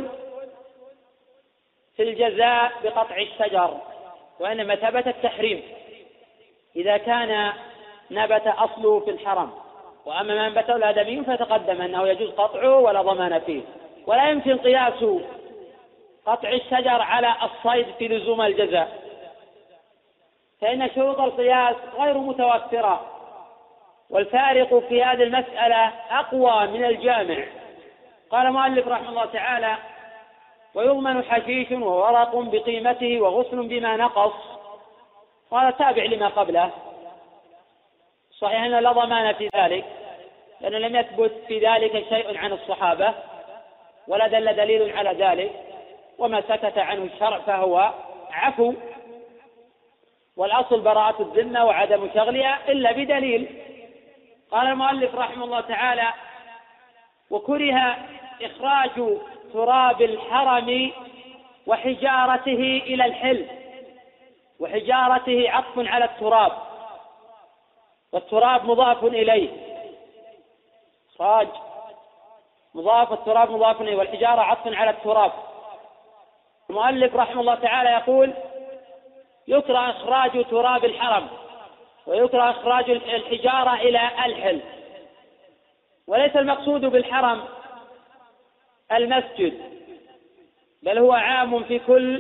في الجزاء بقطع الشجر، وإنما ثبت التحريم إذا كان نبت أصله في الحرم. وأما ما نبته الآدمي فتقدم أنه يجوز قطعه ولا ضمان فيه. ولا يمكن قياس قطع الشجر على الصيد في لزوم الجزاء، فإن شروط القياس غير متوفرة، والفارق في هذه المسألة أقوى من الجامع. قال المؤلف رحمه الله تعالى ويضمن حشيش وورق بقيمته وغصن بما نقص. قال تابع لما قبله. صحيح أنه لا ضمان في ذلك، لأنه لم يثبت في ذلك شيء عن الصحابة ولا دل دليل على ذلك، وما سكت عنه الشرع فهو عفو. والأصل براءة الذمة وعدم شغلها إلا بدليل. قال المؤلف رحمه الله تعالى وكره إخراج تراب الحرم وحجارته إلى الحل. وحجارته عطف على التراب، والتراب مضاف إليه، إخراج مضاف التراب مضاف إليه، والحجارة عطف على التراب. المؤلف رحمه الله تعالى يقول يكره إخراج تراب الحرم ويكره إخراج الحجارة إلى الحل. وليس المقصود بالحرم المسجد، بل هو عام في كل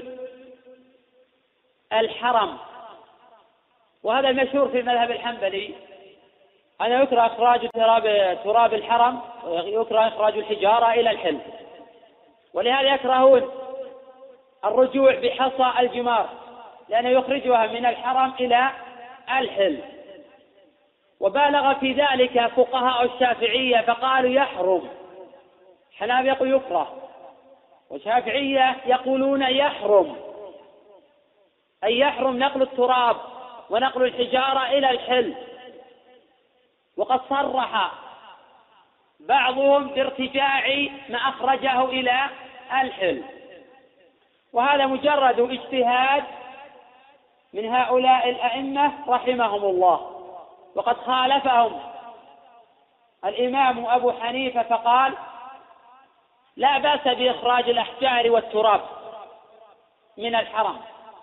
الحرم. وهذا المشهور في المذهب الحنبلي أن يكره إخراج تراب الحرم ويكره إخراج الحجارة إلى الحل. ولهذا يكرهون الرجوع بحصى الجمار، لأنه يخرجها من الحرم إلى الحل. وبالغ في ذلك فقهاء الشافعية فقالوا يحرم. حنابلة يقول يكره، والشافعية يقولون يحرم، أي يحرم نقل التراب ونقل الحجارة إلى الحل. وقد صرح بعضهم بارتجاع ما أخرجه إلى الحل، وهذا مجرد اجتهاد من هؤلاء الأئمة رحمهم الله. وقد خالفهم الإمام أبو حنيفة فقال لا بأس بإخراج الأحجار والتراب من الحرم،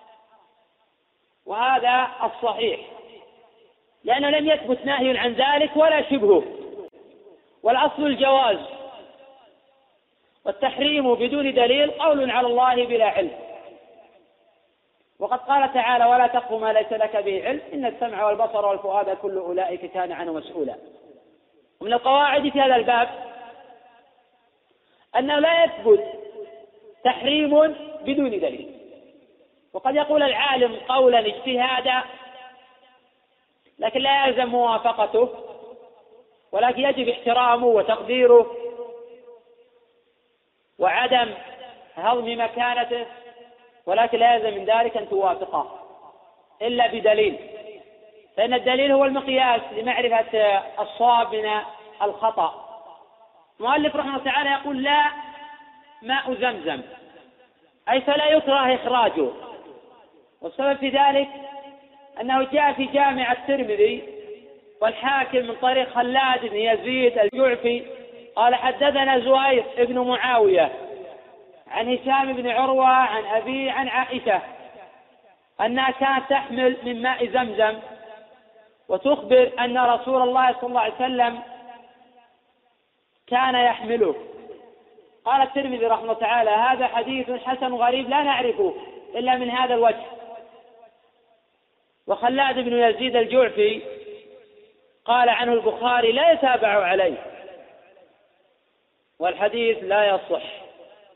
وهذا الصحيح، لأنه لم يثبت نهي عن ذلك ولا شبهه. والأصل الجواز، والتحريم بدون دليل قول على الله بلا علم. وقد قال تعالى ولا تقف ما ليس لك به علم إن السمع والبصر والفؤاد كل أولئك كان عنه مسؤولا. ومن القواعد في هذا الباب أنه لا يثبت تحريم بدون دليل. وقد يقول العالم قولا اجتهادا لكن لا يلزم موافقته، ولكن يجب احترامه وتقديره وعدم هضم مكانته، ولكن لا يلزم من ذلك أن توافقه إلا بدليل، فإن الدليل هو المقياس لمعرفة الصواب من الخطأ. المؤلف رحمه الله تعالى يقول لا ماء زمزم، أي فلا يكره إخراجه. والسبب في ذلك أنه جاء في جامع الترمذي والحاكم من طريق خلاد بن يزيد الجعفي قال حدثنا زهير بن معاوية عن هشام بن عروة عن أبي عن عائشة أنها كانت تحمل من ماء زمزم وتخبر أن رسول الله صلى الله عليه وسلم كان يحمله. قال الترمذي رحمه الله تعالى هذا حديث حسن غريب لا نعرفه إلا من هذا الوجه. وخلاد بن يزيد الجعفي قال عنه البخاري لا يتابع عليه، والحديث لا يصح.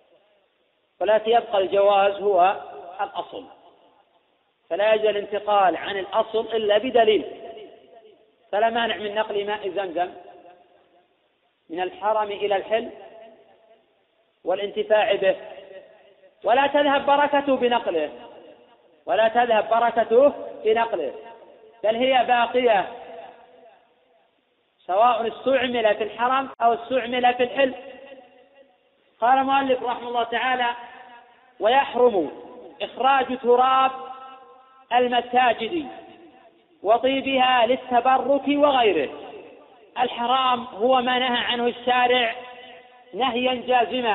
والتي يبقى الجواز هو الأصل، فلا يجوز الانتقال عن الأصل إلا بدليل. فلا مانع من نقل ماء زمزم من الحرم إلى الحل والانتفاع به، ولا تذهب بركته بنقله، ولا تذهب بركته بنقله، بل هي باقية سواء استعمل في الحرم أو استعمل في الحل. قال المؤلف رحمه الله تعالى: ويحرم إخراج تراب المساجد وطيبها للتبرك وغيره. الحرام هو ما نهى عنه الشارع نهيا جازما،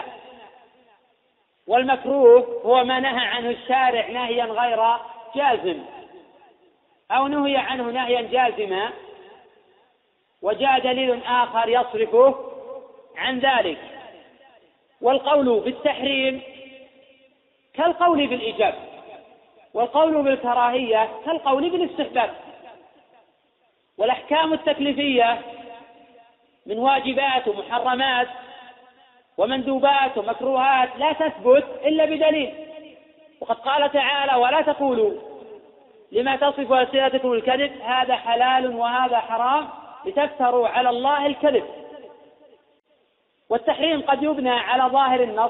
والمكروه هو ما نهى عنه الشارع نهيا غير جازم، أو نهي عنه نهيا جازما وجاء دليل آخر يصرفه عن ذلك. والقول بالتحريم كالقول بالإيجاب، والقول بالكراهية كالقول بالاستحباب. والأحكام التكليفية من واجبات ومحرمات ومندوبات ومكروهات لا تثبت إلا بدليل. وقد قال تعالى: ولا تقولوا لما تصف ألسنتكم الكذب هذا حلال وهذا حرام لتفتروا على الله الكذب. والتحريم قد يبنى على ظاهر النص،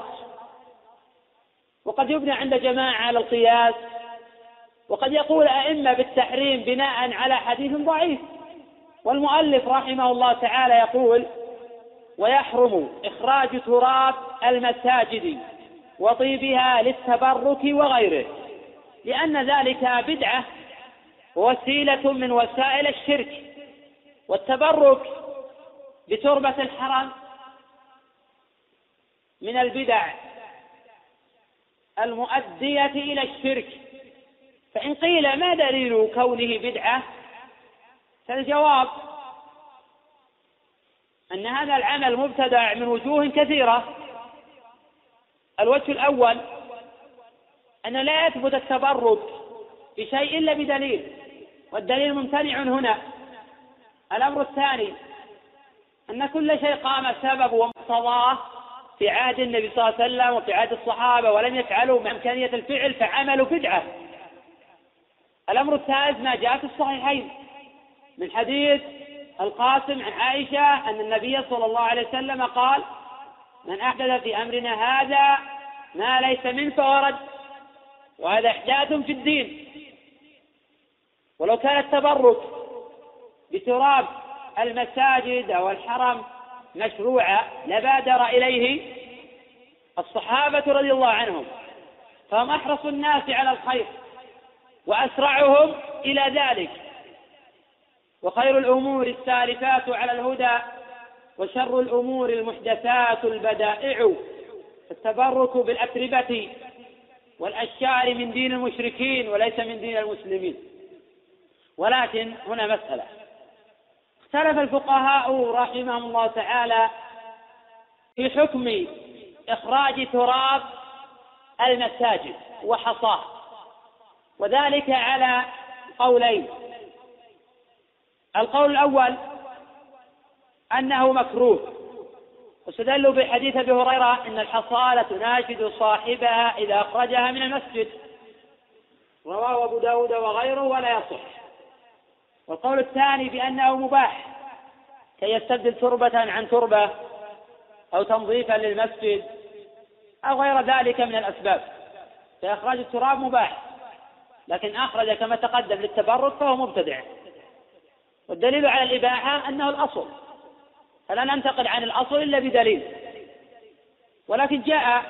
وقد يبنى عند جماعة على القياس، وقد يقول أئمة بالتحريم بناء على حديث ضعيف. والمؤلف رحمه الله تعالى يقول: ويحرم إخراج تراب المساجد وطيبها للتبرك وغيره، لأن ذلك بدعة ووسيلة من وسائل الشرك. والتبرك بتربة الحرم من البدع المؤدية إلى الشرك. فإن قيل ما دليل كونه بدعة؟ فالجواب أن هذا العمل مبتدع من وجوه كثيرة. الوجه الأول أن لا يثبت التبرك بشيء إلا بدليل، والدليل ممتنع هنا. الأمر الثاني أن كل شيء قام سبب ومقتضاه في عهد النبي صلى الله عليه وسلم وفي عهد الصحابة ولم يفعلوا بإمكانية الفعل فعملوا بدعة. الأمر الثالث ما جاء في الصحيحين من حديث القاسم عن عائشة أن النبي صلى الله عليه وسلم قال: من أحدث في أمرنا هذا ما ليس منه فهو رد، وهذا إحداث في الدين. ولو كان التبرك بتراب المساجد أو الحرم مشروعا لبادر إليه الصحابة رضي الله عنهم، فهم أحرص الناس على الخير وأسرعهم إلى ذلك. وخير الأمور السالفات على الهدى وشر الأمور المحدثات البدائع. التبرك بالأتربة والأشجار من دين المشركين وليس من دين المسلمين. ولكن هنا مسألة: اختلف الفقهاء رحمهم الله تعالى في حكم إخراج تراب المساجد وحصاه، وذلك على قولين. القول الأول أنه مكروه، واستدلوا بحديث أبي هريرة إن الحصى لتناشد صاحبها إذا أخرجها من المسجد، رواه أبو داود وغيره ولا يصح. والقول الثاني بأنه مباح كي يستبدل تربة عن تربة أو تنظيفا للمسجد أو غير ذلك من الأسباب، فإخراج التراب مباح، لكن أخرج كما تقدم للتبرك فهو مبتدع. والدليل على الإباحة أنه الأصل، فلا ننتقل عن الأصل إلا بدليل. ولكن جاء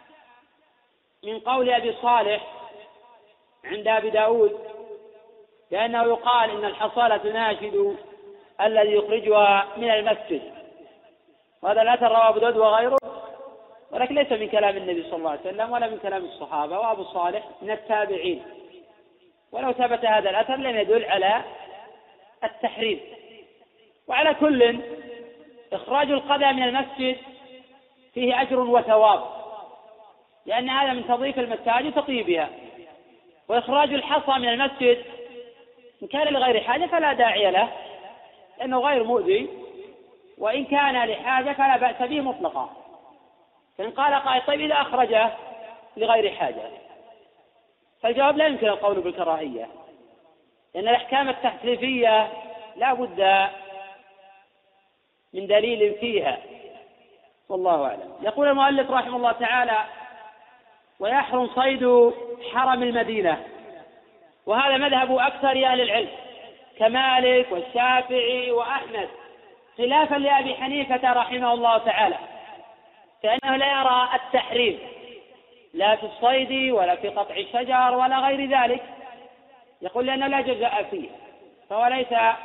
من قول أبي صالح عند أبي داود لأنه يقال إن الحصى تناشد الذي يخرجها من المسجد، وهذا لا ترى أبو داود وغيره، ولكن ليس من كلام النبي صلى الله عليه وسلم ولا من كلام الصحابة، وأبو صالح من التابعين. ولو ثبت هذا الأثر لم يدل على التحريم. وعلى كل إخراج القذى من المسجد فيه أجر وثواب، لأن هذا من تضييف المساجد تطيبها. وإخراج الحصى من المسجد إن كان لغير حاجة فلا داعي له، لأنه غير مؤذي، وإن كان لحاجة فلا بأس به مطلقا. فإن قال قائل: طيب إذا أخرجه لغير حاجة. فالجواب لا يمكن القول بالكراهية، لأن الأحكام التحريفية لا بد من دليل فيها، والله أعلم. يقول المؤلف رحمه الله تعالى: ويحرم صيد حرم المدينة، وهذا مذهب أكثر أهل العلم كمالك والشافعي وأحمد، خلافا لأبي حنيفة رحمه الله تعالى، فإنه لا يرى التحريم لا في الصيد ولا في قطع الشجر ولا غير ذلك، يقول لأنه لا جزاء فيه فهو ليس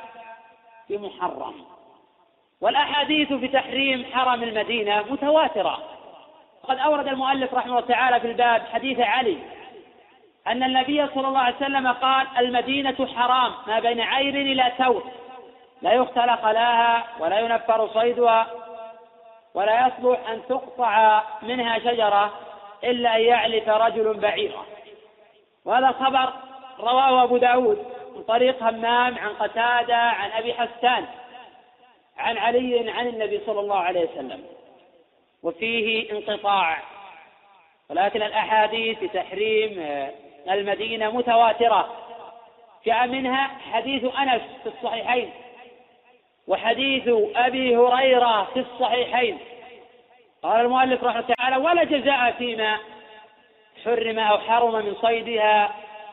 بمحرم. والأحاديث في تحريم حرم المدينة متواترة، وقد أورد المؤلف رحمه الله تعالى في الباب حديث علي أن النبي صلى الله عليه وسلم قال: المدينة حرام ما بين عير إلى ثور، لا يختلق لها ولا ينفر صيدها ولا يصلح أن تقطع منها شجرة إلا أن يعلف رجل بعيرا. وهذا خبر رواه أبو داود من طريق همام عن قتادة عن أبي حسان عن علي عن النبي صلى الله عليه وسلم، وفيه انقطاع، ولكن الأحاديث في تحريم المدينة متواترة. جاء منها حديث أنس في الصحيحين، وحديث أبي هريرة في الصحيحين. قال المؤلف رحمه الله تعالى: ولا جزاء فيما حرم أو حرم من صيدها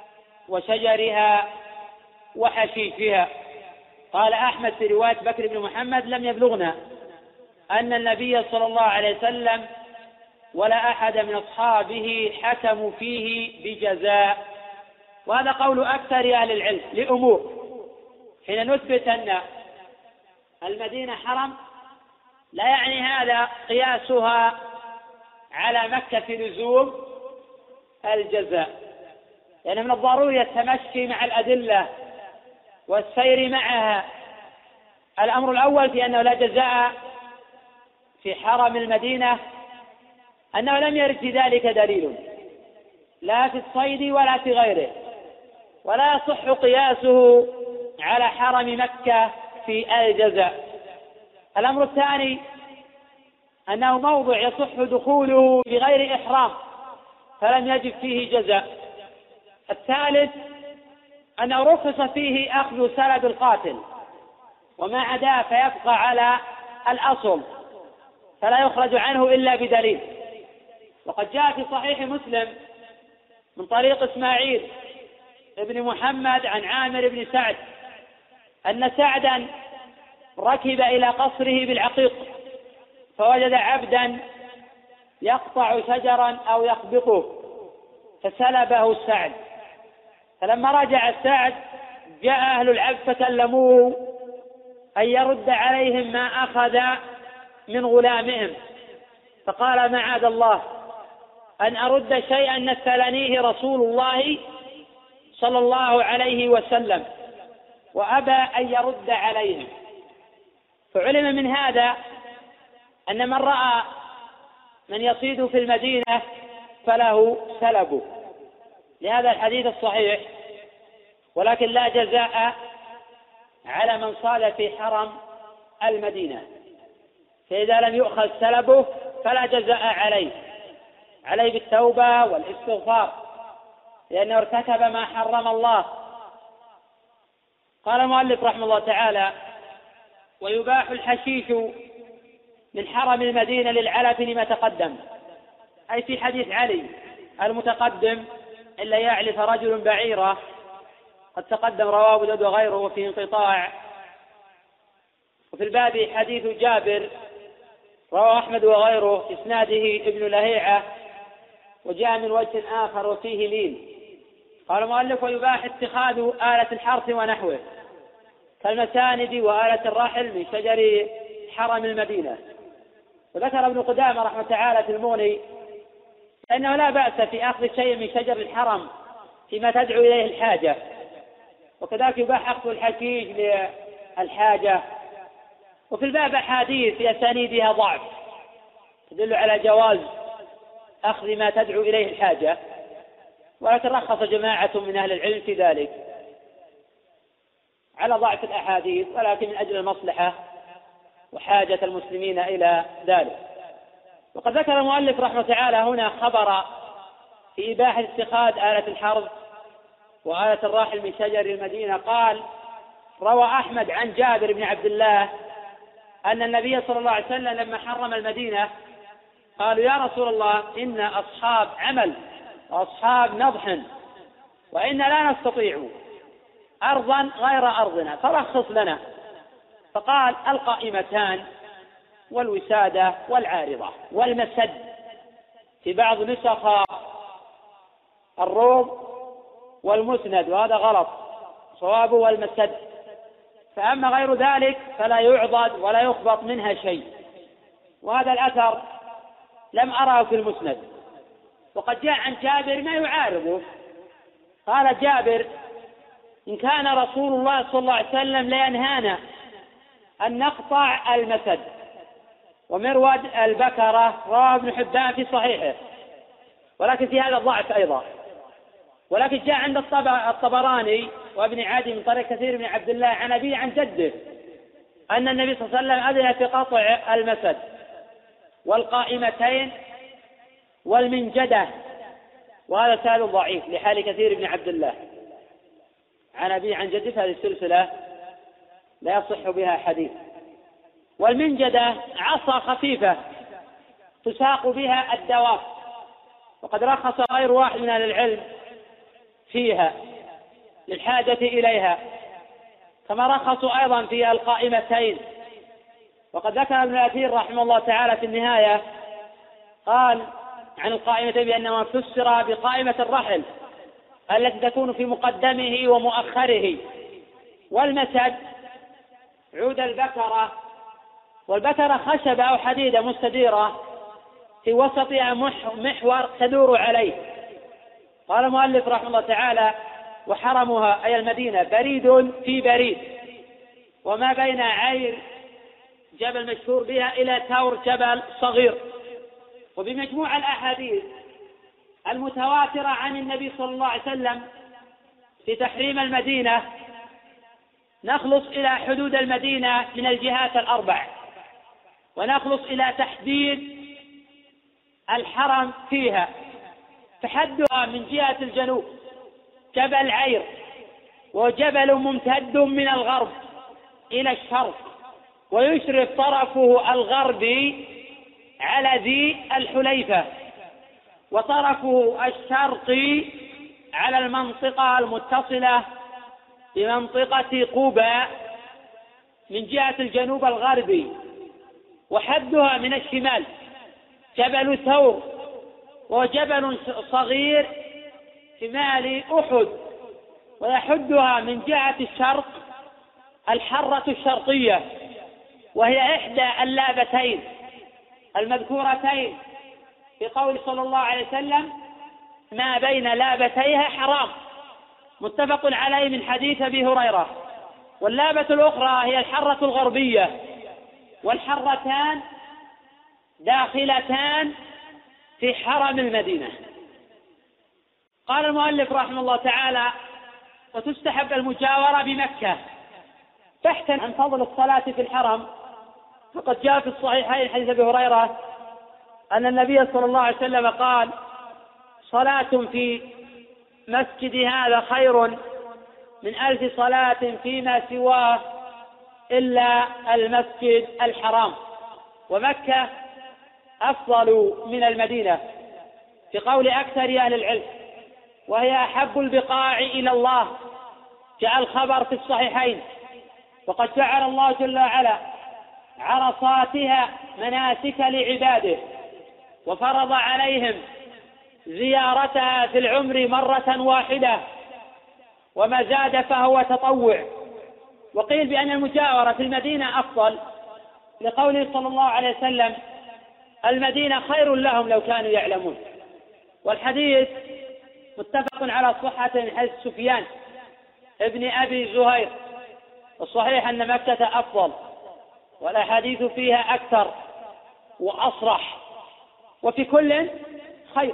وشجرها وحشيشها. قال أحمد في رواية بكر بن محمد: لم يبلغنا أن النبي صلى الله عليه وسلم ولا أحد من أصحابه حكموا فيه بجزاء. وهذا قول أكثر أهل العلم لأمور: حين نثبت أن المدينة حرم لا يعني هذا قياسها على مكة في لزوم الجزاء، لأن من الضروري التمشي مع الأدلة والسير معها. الأمر الأول في أنه لا جزاء في حرم المدينة أنه لم يرد في ذلك دليل لا في الصيد ولا في غيره، ولا يصح قياسه على حرم مكة في الجزاء. الأمر الثاني أنه موضع يصح دخوله بغير إحرام فلم يجب فيه جزاء. الثالث أنه رخص فيه أخذ سلب القاتل، وما عداه فيبقى على الأصل فلا يخرج عنه إلا بدليل. وقد جاء في صحيح مسلم من طريق إسماعيل ابن محمد عن عامر بن سعد أن سعدا ركب إلى قصره بالعقيق فوجد عبدا يقطع شجرا أو يخبطه فسلبه السعد، فلما رجع السعد جاء أهل العبد فكلموه أن يرد عليهم ما أخذ من غلامهم، فقال: معاذ الله أن أرد شيئا نثلنيه رسول الله صلى الله عليه وسلم، وأبى أن يرد عليهم. فعلم من هذا أن من رأى من يصيد في المدينة فله سلبه لهذا الحديث الصحيح، ولكن لا جزاء على من صاد في حرم المدينة، فإذا لم يؤخذ سلبه فلا جزاء عليه بالتوبة والاستغفار، لأنه ارتكب ما حرم الله. قال المؤلف رحمه الله تعالى: ويباح الحشيش من حرم المدينة للعلف لما تقدم، أي في حديث علي المتقدم: إلا يعلف رجل بعيرة، قد تقدم رواه أبو داود وغيره وفيه انقطاع. وفي الباب حديث جابر رواه أحمد وغيره إسناده ابن لهيعة، وجاء من وجه آخر وفيه لين. قال المؤلف: ويباح اتخاذ آلة الحرث ونحوه كالمساند وآلة الرحل من شجر حرم المدينة. وذكر ابن قدامة رحمه تعالى في المغني أنه لا بأس في أخذ شيء من شجر الحرم فيما تدعو إليه الحاجة، وكذلك يباح أخذ الحشيش للحاجة. وفي الباب أحاديث في أسانيدها ضعف تدل على جواز أخذ ما تدعو إليه الحاجة، ولكن رخص جماعة من أهل العلم في ذلك على ضعف الأحاديث، ولكن من أجل المصلحة وحاجة المسلمين إلى ذلك. وقد ذكر المؤلف رحمه تعالى هنا خبر في إباحة اتخاذ آلة الحرث وآلة الراحل من شجر المدينة قال: روى أحمد عن جابر بن عبد الله أن النبي صلى الله عليه وسلم لما حرم المدينة قالوا: يا رسول الله، إن أصحاب عمل وأصحاب نضح وإنا لا نستطيع أرضا غير أرضنا فرخص لنا. فقال: القائمتان والوسادة والعارضة والمسد. في بعض نسخ الروم والمسند، وهذا غلط، صوابه والمسد. فأما غير ذلك فلا يعضد ولا يخبط منها شيء. وهذا الأثر لم أراه في المسند. وقد جاء عن جابر ما يعارضه. قال جابر: إن كان رسول الله صلى الله عليه وسلم لينهانا أن نقطع المسد. ومرود البكرة رواه ابن حبان في صحيحه، ولكن في هذا الضعف أيضا. ولكن جاء عند الطبراني وابن عدي من طريق كثير بن عبد الله عن أبيه عن جده أن النبي صلى الله عليه وسلم أذن في قطع المسد والقائمتين والمنجدة. وهذا سهل ضعيف لحال كثير بن عبد الله عن أبيه عن جده. هذه السلسلة لا يصح بها حديث. والمنجدة عصا خفيفة تساق بها الدواب، وقد رخص غير واحد من أهل العلم فيها للحاجة إليها، كما رخصوا أيضا في القائمتين. وقد ذكر ابن الأثير رحمه الله تعالى في النهاية قال عن القائمتين بأنه فسر بقائمة الرحل التي تكون في مقدمه ومؤخره. والمسد عود البكرة، والبكرة خشبة أو حديدة مستديرة في وسطها محور تدور عليه. قال المؤلف رحمه الله تعالى: وحرمها أي المدينة بريد في بريد، وما بين عير جبل مشهور بها إلى تور جبل صغير. وبمجموع الأحاديث المتواترة عن النبي صلى الله عليه وسلم في تحريم المدينة نخلص إلى حدود المدينة من الجهات الأربع، ونخلص إلى تحديد الحرم فيها. فحدها من جهة الجنوب جبل عير، وجبل ممتد من الغرب إلى الشرق، ويشرف طرفه الغربي على ذي الحليفة، وطرفه الشرقي على المنطقة المتصلة بمنطقة قباء من جهة الجنوب الغربي. وحدها من الشمال جبل ثور، وجبل صغير شمال أحد. ويحدها من جهة الشرق الحرة الشرقية، وهي إحدى اللابتين المذكورتين في قول صلى الله عليه وسلم: ما بين لابتيها حرام، متفق عليه من حديث أبي هريرة. واللابة الأخرى هي الحرة الغربية، والحرتان داخلتان في حرم المدينة. قال المؤلف رحمه الله تعالى: وتستحب المجاورة بمكة. بحثا عن فضل الصلاة في الحرم، فقد جاء في الصحيحين حديث أبي هريرة أن النبي صلى الله عليه وسلم قال: صلاة في مسجد هذا خير من 1000 صلاة فيما سواه إلا المسجد الحرام. ومكة أفضل من المدينة في قول أكثر أهل العلم، وهي أحب البقاع إلى الله. جاء الخبر في الصحيحين: وقد جعل الله جل وعلا عرصاتها مناسك لعباده، وفرض عليهم زيارتها في العمر مرة واحدة، وما زاد فهو تطوع. وقيل بأن المجاورة في المدينة أفضل لقوله صلى الله عليه وسلم: المدينة خير لهم لو كانوا يعلمون. والحديث متفق على صحة من حديث سفيان ابن أبي زهير. والصحيح أن مكة أفضل، والأحاديث فيها أكثر وأصرح، وفي كل خير.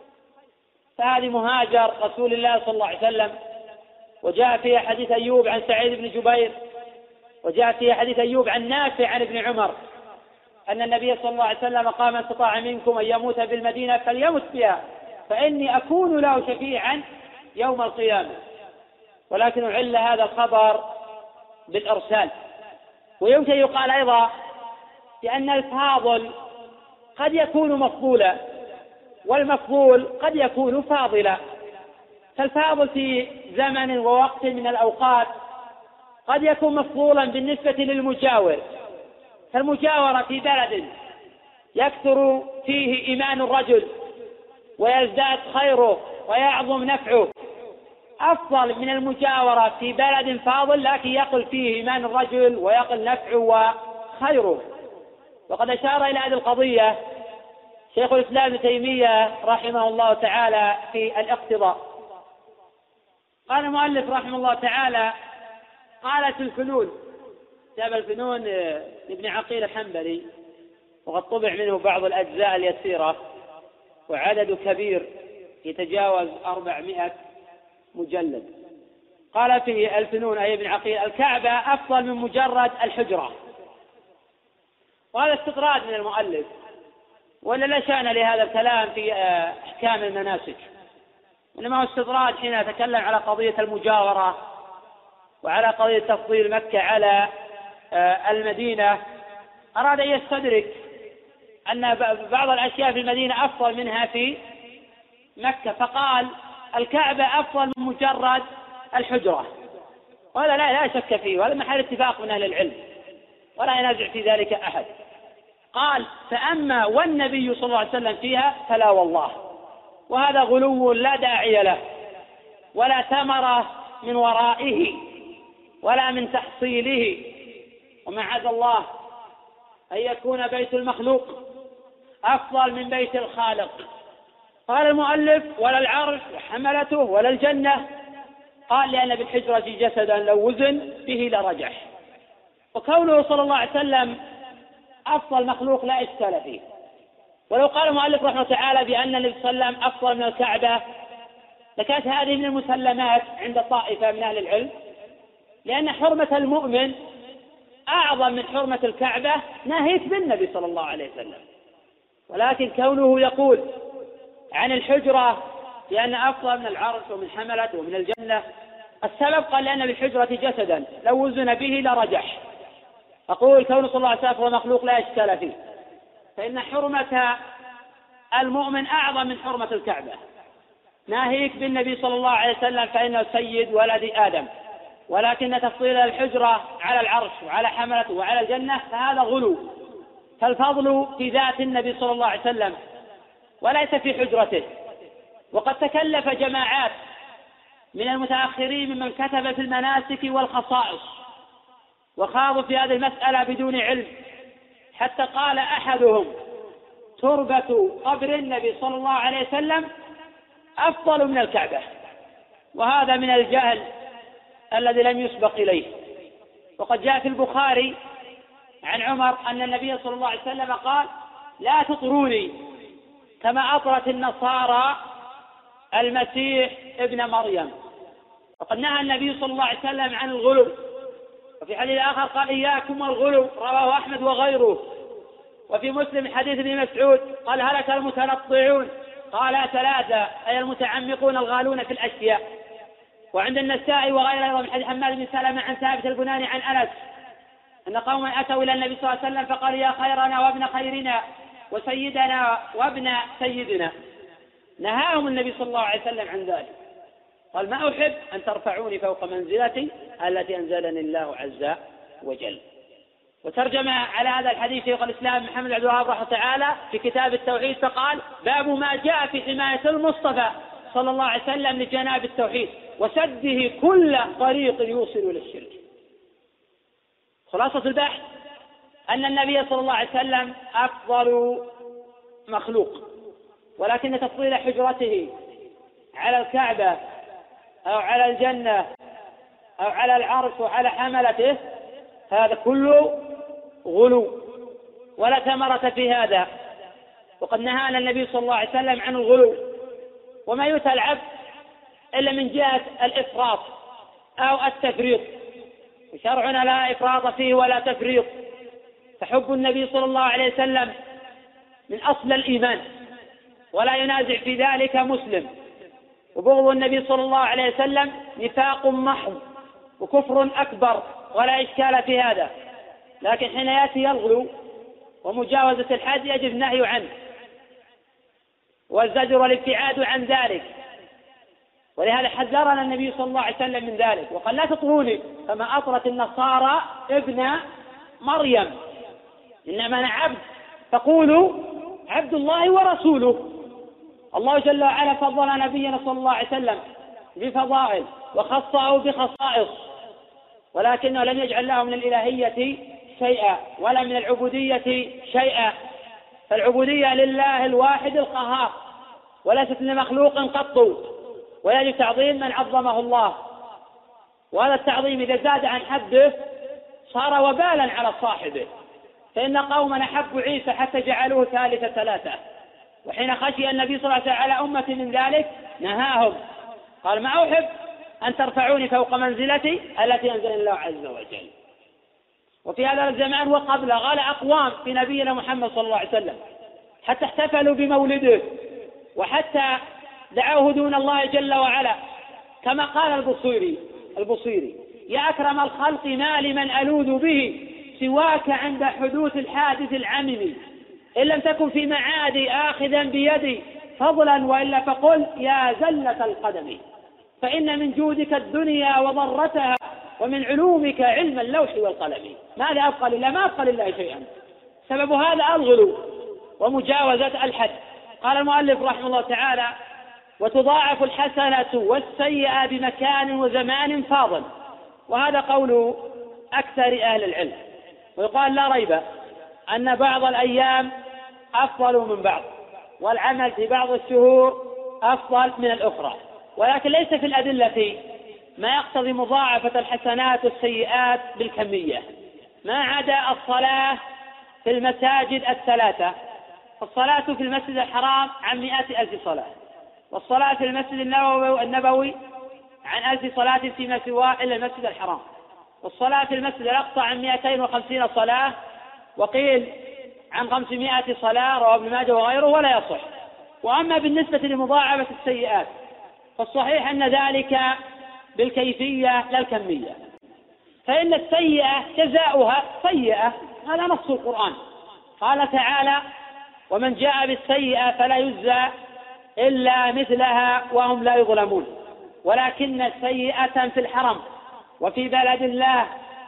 فهذه مهاجر رسول الله صلى الله عليه وسلم، وجاء فيها حديث أيوب عن سعيد بن جبير، وجاء فيها حديث أيوب عن نافع عن ابن عمر أن النبي صلى الله عليه وسلم قال: من استطاع منكم أن يموت بالمدينة فليمت بها، فإني أكون له شفيعا يوم القيامة. ولكن أعل هذا الخبر بالإرسال. ويمكن يقال أيضا بأن الفاضل قد يكون مفضولا والمفضول قد يكون فاضلا. فالفاضل في زمن ووقت من الأوقات قد يكون مفضولا بالنسبة للمجاور، فالمجاورة في بلد يكثر فيه إيمان الرجل ويزداد خيره ويعظم نفعه أفضل من المجاورة في بلد فاضل لكن يقل فيه إيمان الرجل ويقل نفعه وخيره. وقد أشار إلى هذه القضية شيخ الإسلام ابن تيمية رحمه الله تعالى في الاقتضاء. قال المؤلف رحمه الله تعالى: قالت الفنون، كتاب الفنون لابن عقيل الحنبلي، وقد طبع منه بعض الأجزاء اليسيرة وعدد كبير يتجاوز 400 مجلد. قال فيه الفنون أي ابن عقيل: الكعبة أفضل من مجرد الحجرة. وهذا استطراد من المؤلف، ولا لا شأن لهذا الكلام في أحكام المناسك، إنما هو استطراد حين يتكلم على قضية المجاورة وعلى قضية تفضيل مكة على المدينة. أراد أن يستدرك أن بعض الأشياء في المدينة أفضل منها في مكة، فقال الكعبة أفضل من مجرد الحجرة. وهذا لا شك فيه، وهذا محل اتفاق من أهل العلم ولا ينازع في ذلك أحد. قال: فأما والنبي صلى الله عليه وسلم فيها فلا والله. وهذا غلو لا داعي له ولا ثمرة من ورائه ولا من تحصيله، ومعاذ الله أن يكون بيت المخلوق أفضل من بيت الخالق. قال المؤلف: ولا العرش وحملته ولا الجنة. قال: لأن بالحجرة جسدا لو وزن به لرجح. وكونه صلى الله عليه وسلم أفضل مخلوق لا إشكال فيه. ولو قال المؤلف رحمه الله تعالى بأن النبي صلى الله عليه وسلم أفضل من الكعبة لكانت هذه من المسلمات عند طائفة من أهل العلم، لأن حرمة المؤمن أعظم من حرمة الكعبة ناهيك بالنبي صلى الله عليه وسلم. ولكن كونه يقول عن الحجرة لأن أفضل من العرش ومن حملته ومن الجنة، السبب قال لأن بالحجرة جسدا لو وزن به لرجح. أقول كونه صلى الله عليه وسلم هو مخلوق لا إشكال فيه، فإن حرمة المؤمن أعظم من حرمة الكعبة، ناهيك بالنبي صلى الله عليه وسلم فإنه سيد ولد آدم. ولكن تفضيل الحجرة على العرش وعلى حملته وعلى الجنة فهذا غلو. فالفضل في ذات النبي صلى الله عليه وسلم وليس في حجرته. وقد تكلف جماعات من المتأخرين ممن كتب في المناسك والخصائص وخاضوا في هذه المسألة بدون علم، حتى قال أحدهم: تربة قبر النبي صلى الله عليه وسلم أفضل من الكعبة. وهذا من الجهل الذي لم يسبق إليه. وقد جاء في البخاري عن عمر أن النبي صلى الله عليه وسلم قال: لا تطروني كما أطرت النصارى المسيح ابن مريم. وقد نهى النبي صلى الله عليه وسلم عن الغلو. وفي حديث آخر قال: إياكم والغلو، رواه أحمد وغيره. وفي مسلم حديث ابن مسعود قال: هلك المتنطعون، قال ثلاثة، أي المتعمقون الغالون في الأشياء. وعند النسائي وغيره أيضا من حديث حماد بن سلمة عن ثابت البناني عن أنس أن قوما أتوا إلى النبي صلى الله عليه وسلم فقال: يا خيرنا وابن خيرنا وسيدنا وابن سيدنا. نهاهم النبي صلى الله عليه وسلم عن ذلك، قال: ما أحب أن ترفعوني فوق منزلتي التي أنزلني الله عز وجل. وترجم على هذا الحديث شيخ الإسلام محمد عبد الوهاب رحمه تعالى في كتاب التوحيد فقال: باب ما جاء في حماية المصطفى صلى الله عليه وسلم لجناب التوحيد وسده كل طريق يوصل إلى الشرك. خلاصة البحث أن النبي صلى الله عليه وسلم أفضل مخلوق، ولكن تفضيل حجرته على الكعبة أو على الجنة أو على العرش وعلى حملته هذا كله غلو ولا ثمرة في هذا. وقد نهانا النبي صلى الله عليه وسلم عن الغلو، وما يؤتى العبد إلا من جهة الإفراط أو التفريط، وشرعنا لا إفراط فيه ولا تفريط. فحب النبي صلى الله عليه وسلم من أصل الإيمان، ولا ينازع في ذلك مسلم. وبغض النبي صلى الله عليه وسلم نفاق محض وكفر أكبر ولا إشكال في هذا، لكن حين يأتي يغلو ومجاوزة الحد يجب النهي عنه والزجر والابتعاد عن ذلك، ولهذا حذرنا النبي صلى الله عليه وسلم من ذلك وقال لا تطروني كما أطرت النصارى ابن مريم، إنما أنا عبد فقولوا عبد الله ورسوله. الله جل وعلا فضل نبينا صلى الله عليه وسلم بفضائل وخصه بخصائص، ولكنه لم يجعل له من الإلهية شيئا ولا من العبودية شيئا، فالعبودية لله الواحد القهار وليست لمخلوق قط، ويجب تعظيم من عظمه الله، وهذا التعظيم إذا زاد عن حده صار وبالا على صاحبه، فإن قوما أحبوا عيسى حتى جعلوه ثالث ثلاثة، وحين خشي النبي صلى الله عليه وسلم على أمة من ذلك نهاهم قال ما أحب أن ترفعوني فوق منزلتي التي أنزل الله عز وجل. وفي هذا الزمان وقبل غال أقوام في نبينا محمد صلى الله عليه وسلم حتى احتفلوا بمولده وحتى دعوه دون الله جل وعلا، كما قال البصيري يا أكرم الخلق ما لمن ألوذ به سواك عند حدوث الحادث العمم، إن لم تكن في معادي آخذا بيدي فضلا وإلا فقل يا زلة القدم، فإن من جودك الدنيا وضرتها ومن علومك علم اللوح والقلم. ماذا أبقى لله؟ ما أبقى لله شيئا. سبب هذا الغلو ومجاوزة الحد. قال المؤلف رحمه الله تعالى وتضاعف الحسنة والسيئة بمكان وزمان فاضل، وهذا قول أكثر أهل العلم. ويقال لا ريب أن بعض الأيام أفضل من بعض، والعمل في بعض الشهور أفضل من الأخرى، ولكن ليس في الأدلة ما يقتضي مضاعفة الحسنات والسيئات بالكمية، ما عدا الصلاة في المساجد الثلاثة. الصلاة في المسجد الحرام عن 100,000 صلاة، والصلاة في المسجد النبوي عن 1000 صلاة فيما سواه إلا المسجد الحرام، والصلاة في المسجد الأقصى عن 250 صلاة، وقيل عن 500 صلاة، رواه ابن ماجه وغيره ولا يصح. وأما بالنسبة لمضاعفة السيئات فالصحيح أن ذلك بالكيفية لا الكمية، فإن السيئة جزاؤها سيئة، هذا نص القرآن. قال تعالى ومن جاء بالسيئة فلا يجزى إلا مثلها وهم لا يظلمون، ولكن سيئة في الحرم وفي بلد الله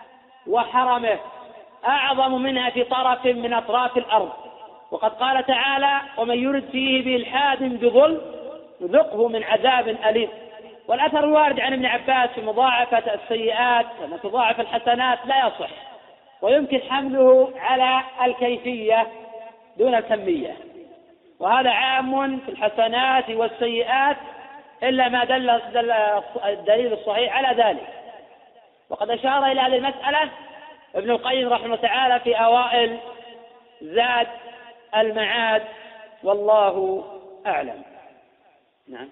وحرمه أعظم منها في طرف من أطراف الأرض، وقد قال تعالى ومن يرد فيه بإلحاد بظلم نذقه من عذاب أليم. والأثر الوارد عن ابن عباس في مضاعفة السيئات كما تضاعف الحسنات لا يصح، ويمكن حمله على الكيفية دون الكمية، وهذا عام في الحسنات والسيئات إلا ما دل الدليل الصحيح على ذلك. وقد أشار إلى هذه المسألة ابن القيم رحمه الله تعالى في أوائل زاد المعاد، والله أعلم. نعم.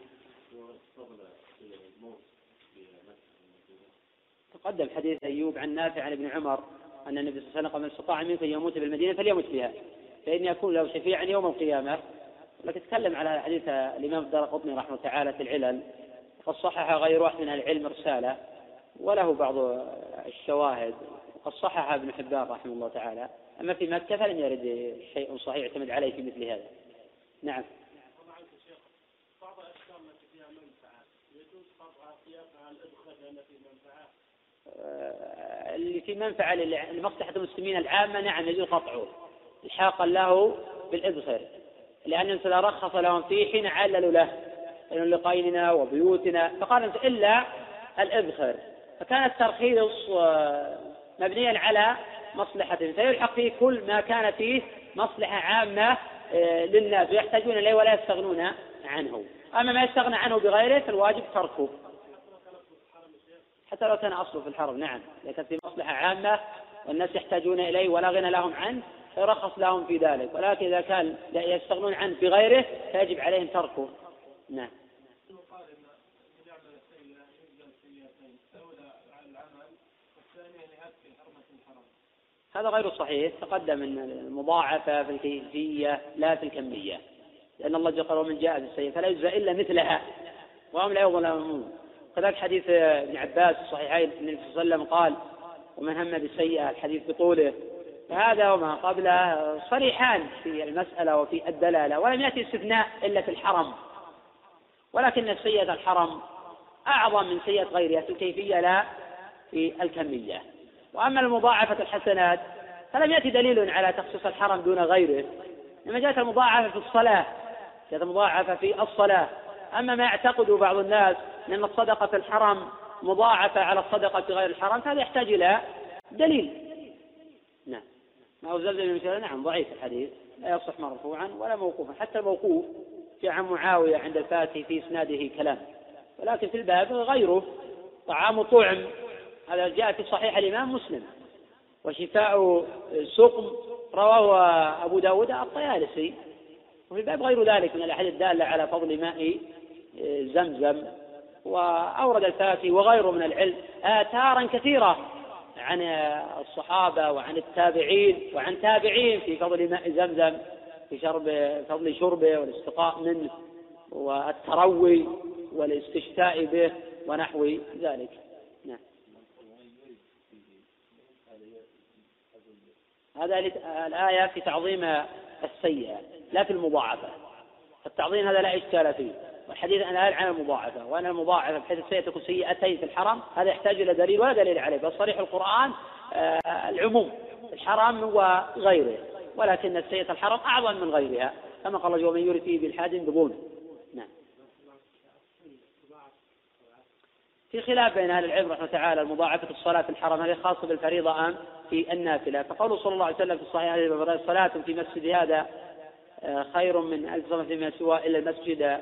تقدم حديث أيوب عن نافع عن ابن عمر أن النبي صلى الله عليه وسلم قال من استطاع منكم يموت بالمدينة فليمت فيها فإن يكون له شفيعا يوم القيامة. لكن تكلم على حديث الإمام الدارقطني رحمه الله تعالى في العلل، وقد صحح غير واحد من العلم رسالة وله بعض الشواهد، وقد صحح ابن حبان رحمه الله تعالى. أما في مكة فلم يرد شيء صحيح يعتمد عليه في مثل هذا. نعم. اللي في منفعة لمصلحة المسلمين العامة نعم يجوز قطعه الحاقا له بالإذخر، لأن الإنسان رخص لهم فيه حين عللوا له إنه لقيننا وبيوتنا فقال إلا الإذخر، فكان الترخيص مبنيا على مصلحة، فيلحق فيه كل ما كان فيه مصلحة عامة للناس ويحتاجون إليه ولا يستغنون عنه. أما ما يستغنى عنه بغيره فالواجب تركه حتى لو كان أصله في الحرم. نعم، لكن في مصلحة عامة والناس يحتاجون إليه ولا غنى لهم عنه فيرخص لهم في ذلك، ولكن إذا كان يستغنون عنه بغيره فيجب عليهم تركه. نعم. هذا غير صحيح، تقدم أن المضاعفة في الكيفية لا في الكمية، لأن الله قال ومن جاء بالسيئة فلا يجزى إلا مثلها وهم لا يظلمون. كذلك حديث ابن عباس الصحيحين النبي صلى الله عليه وسلم قال ومن هم بالسيئة، الحديث بطوله، فهذا وما قبله صريحان في المسألة وفي الدلالة، ولم يأتي استثناء إلا في الحرم، ولكن سيئة الحرم أعظم من سيئة غيرها في الكيفية لا في الكمية. وأما المضاعفة الحسنات فلم يأتي دليل على تخصيص الحرم دون غيره، لما جاءت المضاعفة في الصلاة، جاءت المضاعفة في الصلاة. أما ما يعتقد بعض الناس أن الصدقة في الحرم مضاعفة على الصدقة في غير الحرم فهذا يحتاج إلى دليل. نعم، ما هو زلزل مثلا، نعم ضعيف الحديث، لا يصح مرفوعا ولا موقوفا، حتى الموقوف في عن معاوية عند الفاتحي في إسناده كلام، ولكن في الباب غيره طعام طعم، هذا جاء في صحيح الإمام مسلم، وشفاء سقم رواه أبو داود الطيالسي، وفي الباب غير ذلك من الأحاديث الدالة على فضل ماء زمزم. وأورد الفاتحي وغيره من العلم آثارا كثيرة عن الصحابة وعن التابعين وعن تابعين في فضل ماء زمزم، في فضل شربه والاستقاء منه والتروي والاستشفاء به ونحو ذلك. نعم. هذا الآية في تعظيم السيئة لا في المضاعفة، التعظيم هذا لا إشكال فيه، والحديث الآن عن المضاعفة، وأن المضاعفة بحيث السيئة تكون سيئتين في الحرم هذا يحتاج إلى دليل ولا دليل عليه، بل صريح القرآن العموم الحرام وغيره، ولكن السيئة الحرم أعظم من غيرها كما قال الله ومن يرد فيه بالحاد بظلم. نعم. في خلاف بين أهل العلم رحمه تعالى المضاعفة الصلاة في الحرم هل هي خاصة بالفريضة أم في النافلة؟ فقوله صلى الله عليه وسلم في الصحيح الصلاة في مسجد هذا خير من 1000 صلاة فيما سوى إلا المسجد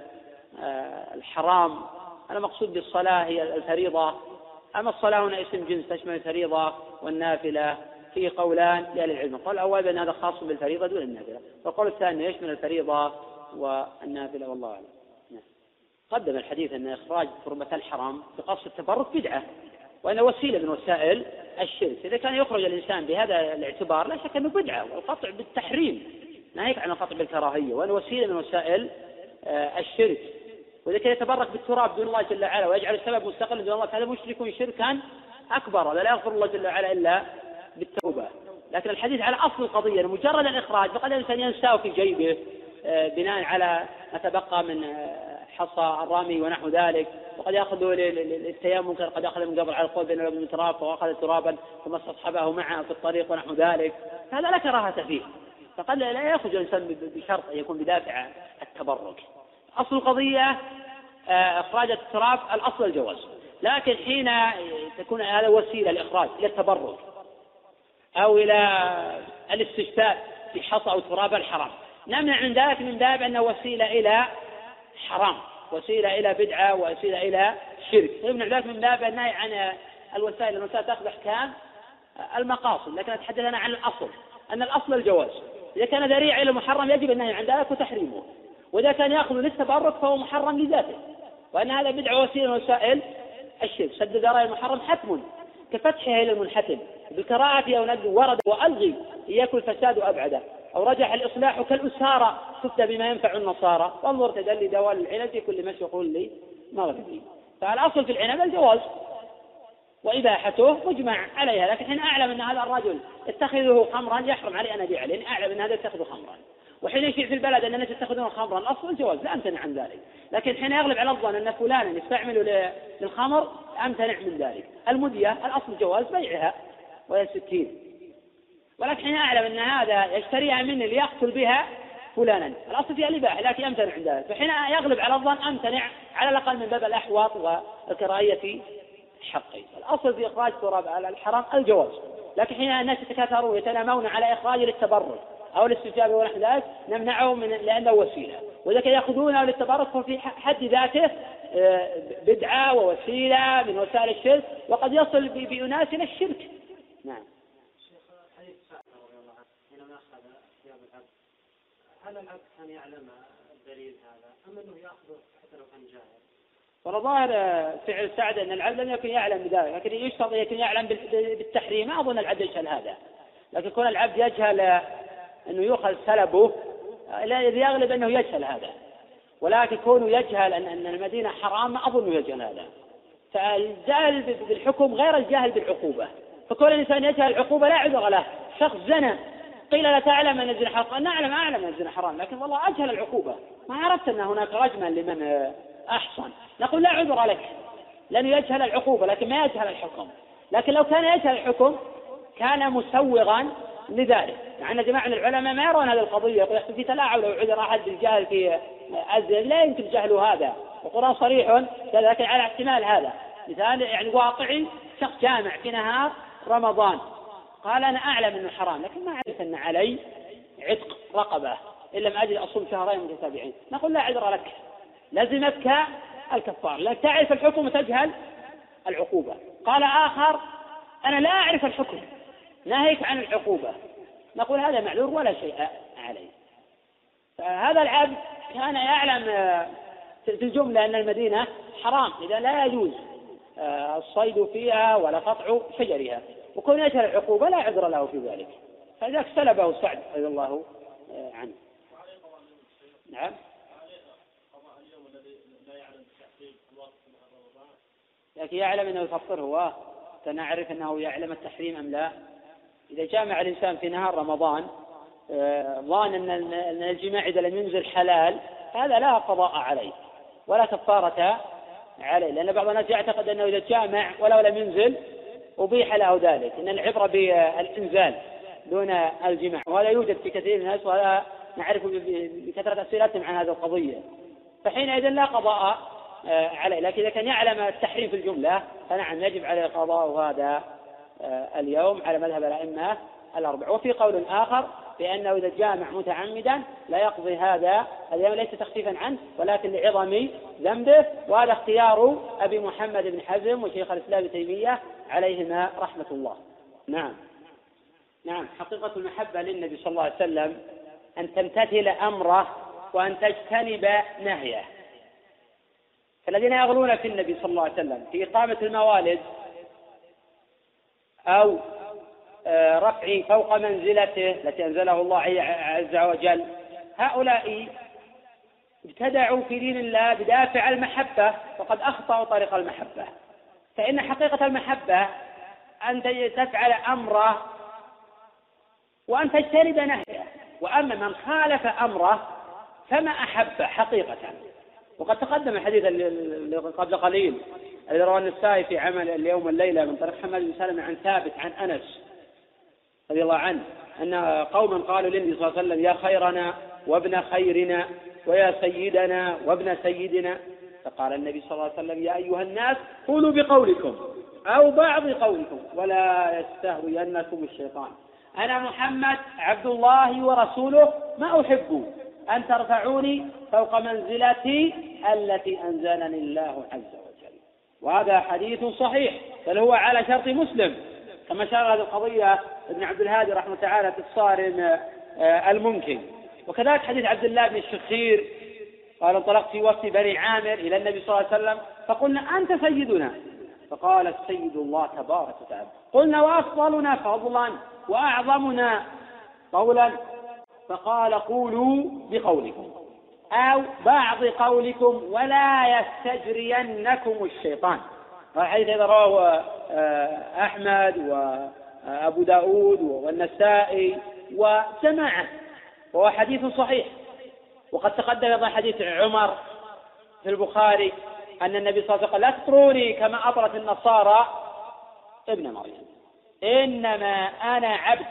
الحرام، أنا مقصود بالصلاة هي الفريضة، أما الصلاة هنا اسم جنس تشمل الفريضة والنافلة. فيه قولان لأهل العلم، القول الأول بأن هذا خاص بالفريضة دون النافلة، والقول الثاني يشمل الفريضة والنافلة والله أعلم. قدم الحديث أن إخراج تربة الحرام بقصد التبرك بدعة، وأن وسيلة من وسائل الشرك، إذا كان يخرج الإنسان بهذا الاعتبار لا شك أنه بدعة، والقطع بالتحريم ناهيك عن القطع بالكراهية، وأن وسيلة من وسائل الشرك. وإذا كان يتبرك بالتراب دون الله جل وعلا ويجعل السبب مستقل دون الله فهذا مشرك شركا أكبر، لا يغفر الله جل وعلا إلا بالتوبة. لكن الحديث على أصل القضية مجرد الإخراج، فقد الإنسان ينساه في جيبه بناء على ما تبقى من حصى الرامي ونحو ذلك، وقد يأخذ للتيمم، قد أخذ من قبل على القول بين من تراب فأخذ ترابا ثم استصحبه معه في الطريق ونحو ذلك، هذا لا كراهة فيه، فقد لا يأخذ الإنسان بشرط أن يكون بدافع التبرك. أصل القضية إخراج التراب الأصل الجواز، لكن حين تكون هذا وسيلة لإخراج إلى التبرك أو إلى الاستشفاء بحصى أو تراب الحرام نمنع من ذلك من باب أنه وسيلة إلى حرام، وسيلة إلى بدعة، وسيلة إلى شرك، يمنع ذلك من باب النهي عن الوسائل، الوسائل تأخذ أحكام المقاصد، لكن أتحدث عن الأصل أن الأصل الجواز، إذا كان ذريعة إلى المحرم يجب النهي عن ذلك وتحريمه، وإذا كان يأخذ للتبرك فهو محرم لذاته، وأن هذا بدعة وسيلة من وسائل الشرك. سد ذرائع المحرم حتم كفتحها إلى المنحتم، بالكراهة أو ندب ورد وألغي إياك الفساد أبعده، أو رجح الإصلاح كالأسارة تفتى بما ينفع النصارى، وانظر تدلي دوال العنب في كل ما يقول لي مغربي. فالأصل في العنب الجواز وإباحته مجمع عليها، لكن حين أعلم أن هذا الرجل يتخذه خمرا يحرم علي أن أبيع، لأن أعلم أن هذا يتخذه خمرا، وحين يشيع في البلد أن الناس يتخذون خمرا الأصل الجواز لا أمتنع عن ذلك، لكن حين يغلب على الظن أن فلانا يستعمل للخمر أمتنع من ذلك. المدية الأصل الجواز بيعها وهي السكين، ولكن حين أعلم أن هذا يشتريها مني ليقتل بها فلانا الأصل فيها الإباحة لكن أمتنع عن ذلك، فحين يغلب على الظن أمتنع على الأقل من باب الأحواط والكراهية في حقي. الأصل في إخراج تراب على الحرام الجواز، لكن حين الناس يتكاثرون يتنامون على إخراج للتبرك أو الاستجابة ونحو ذلك نمنعهم لأنه وسيلة، وإذا كانوا يأخذونه للتبرك ففي حد ذاته بدعة ووسيلة من وسائل الشرك، وقد يصل بأناس إلى الشرك. نعم. هل العبد كان يعلم الدليل هذا أم أنه يأخذه حتى لو كان جاهل؟ والظاهر فعل سعد أن العبد لم يكن يعلم بذلك، لكن يشترط يكون يعلم بالتحريم، ما أظن العبد يجهل هذا، لكن كون العبد يجهل أنه يؤخذ سلبه الذي يغلب أنه يجهل هذا، ولكن كونه يجهل أن المدينة حرام ما أظن يجهل هذا. فالجاهل بالحكم غير الجاهل بالعقوبة، فكل إنسان يجهل العقوبة لا عذر له. شخص زنى قيل لا تعلم أن الزنا حرام، قال نعلم أعلم أن الزنا حرام، لكن والله أجهل العقوبة، ما عرفت أن هناك رجما لمن أحصن، نقول لا عذر لك لأنه يجهل العقوبة لكن ما يجهل الحكم. لكن لو كان يجهل الحكم كان مسوغا لذلك، مع أن جماعة من العلماء ما يرون هذه القضية، يقول يحصل في تلاعب لو عذر أحد بالجهل في الزنا، لا يمكن جهل هذا، والقرآن صريح لكن على احتمال هذا. مثال يعني واقعي، شخص جامع في نهار رمضان قال أنا أعلم أنه حرام لكن ما أعرف أن علي عتق رقبة إن لم أجد أصوم شهرين متتابعين، نقول لا عذر لك، لزمتك الكفار لأنك تعرف الحكم وتجهل العقوبة. قال آخر أنا لا أعرف الحكم ناهيك عن العقوبة، نقول هذا معذور ولا شيء عليه. فهذا العبد كان يعلم في الجملة أن المدينة حرام، إذا لا يجوز الصيد فيها ولا قطع شجرها، وكون يجهل العقوبة لا عذر له في ذلك، فذاك سلبه سعد رضي الله عنه. نعم. لكن يعلم أنه يفطر هو، فنعرف أنه يعلم التحريم أم لا. إذا جامع الإنسان في نهار رمضان ظان أن الجماع إذا لم ينزل حلال هذا لا قضاء عليه ولا كفارة عليه، لأن بعض الناس يعتقد أنه إذا جامع ولو لم ينزل أبيح له ذلك، إن العبرة بالإنزال دون الجماع، وهذا يوجد في كثير من الناس ولا نعرف بكثرة أسئلتهم عن هذه القضية، فحينئذ لا قضاء عليه. لكن إذا كان يعلم التحريم في الجملة فنعم يجب عليه قضاء هذا اليوم على مذهب الأئمة الأربعة. وفي قول آخر بأنه إذا جامع متعمدا لا يقضي هذا اليوم، ليس تخفيفا عنه ولكن لعظم ذنبه، وهذا اختيار أبي محمد بن حزم وشيخ الإسلام ابن تيمية عليهما رحمة الله. نعم حقيقة المحبة للنبي صلى الله عليه وسلم أن تمتثل أمره وأن تجتنب نهيه. فالذين يغلون في النبي صلى الله عليه وسلم في إقامة الموالد أو رفع فوق منزلته التي أنزله الله عز وجل، هؤلاء ابتدعوا في دين الله بدافع المحبة وقد أخطأوا طريق المحبة. فإن حقيقة المحبة أن تفعل أمره وأن تجتنب نهيه، وأما من خالف أمره فما أحب حقيقة. وقد تقدم الحديث قبل قليل الذي رواه النسائي في عمل اليوم والليلة من طريق حماد بن سلمة عن ثابت عن أنس رضي الله عنه أن قوما قالوا للنبي صلى الله عليه وسلم يا خيرنا وابن خيرنا ويا سيدنا وابن سيدنا، فقال النبي صلى الله عليه وسلم يا أيها الناس قولوا بقولكم أو بعض قولكم ولا يستهوينكم الشيطان، أنا محمد عبد الله ورسوله ما أحب أن ترفعوني فوق منزلتي التي أنزلني الله عز وجل. وهذا حديث صحيح بل هو على شرط مسلم، كما شرع هذه القضية ابن عبد الهادي رحمه تعالى في الصارم الممكن. وكذلك حديث عبد الله بن الشخير قال انطلقت في وفد بني عامر إلى النبي صلى الله عليه وسلم فقلنا أنت سيدنا، فقال السيد الله تبارك وتعالى، قلنا وأفضلنا فضلا وأعظمنا قولا، فقال قولوا بقولكم أو بعض قولكم ولا يستجرينكم الشيطان. والحديث إذا رواه أحمد وأبو داود والنسائي وجماعة وهو حديث صحيح. وقد تقدم أيضا حديث عمر في البخاري أن النبي صلى الله عليه وسلم لا تطروني كما أطرت النصارى ابن مريم، إنما أنا عبد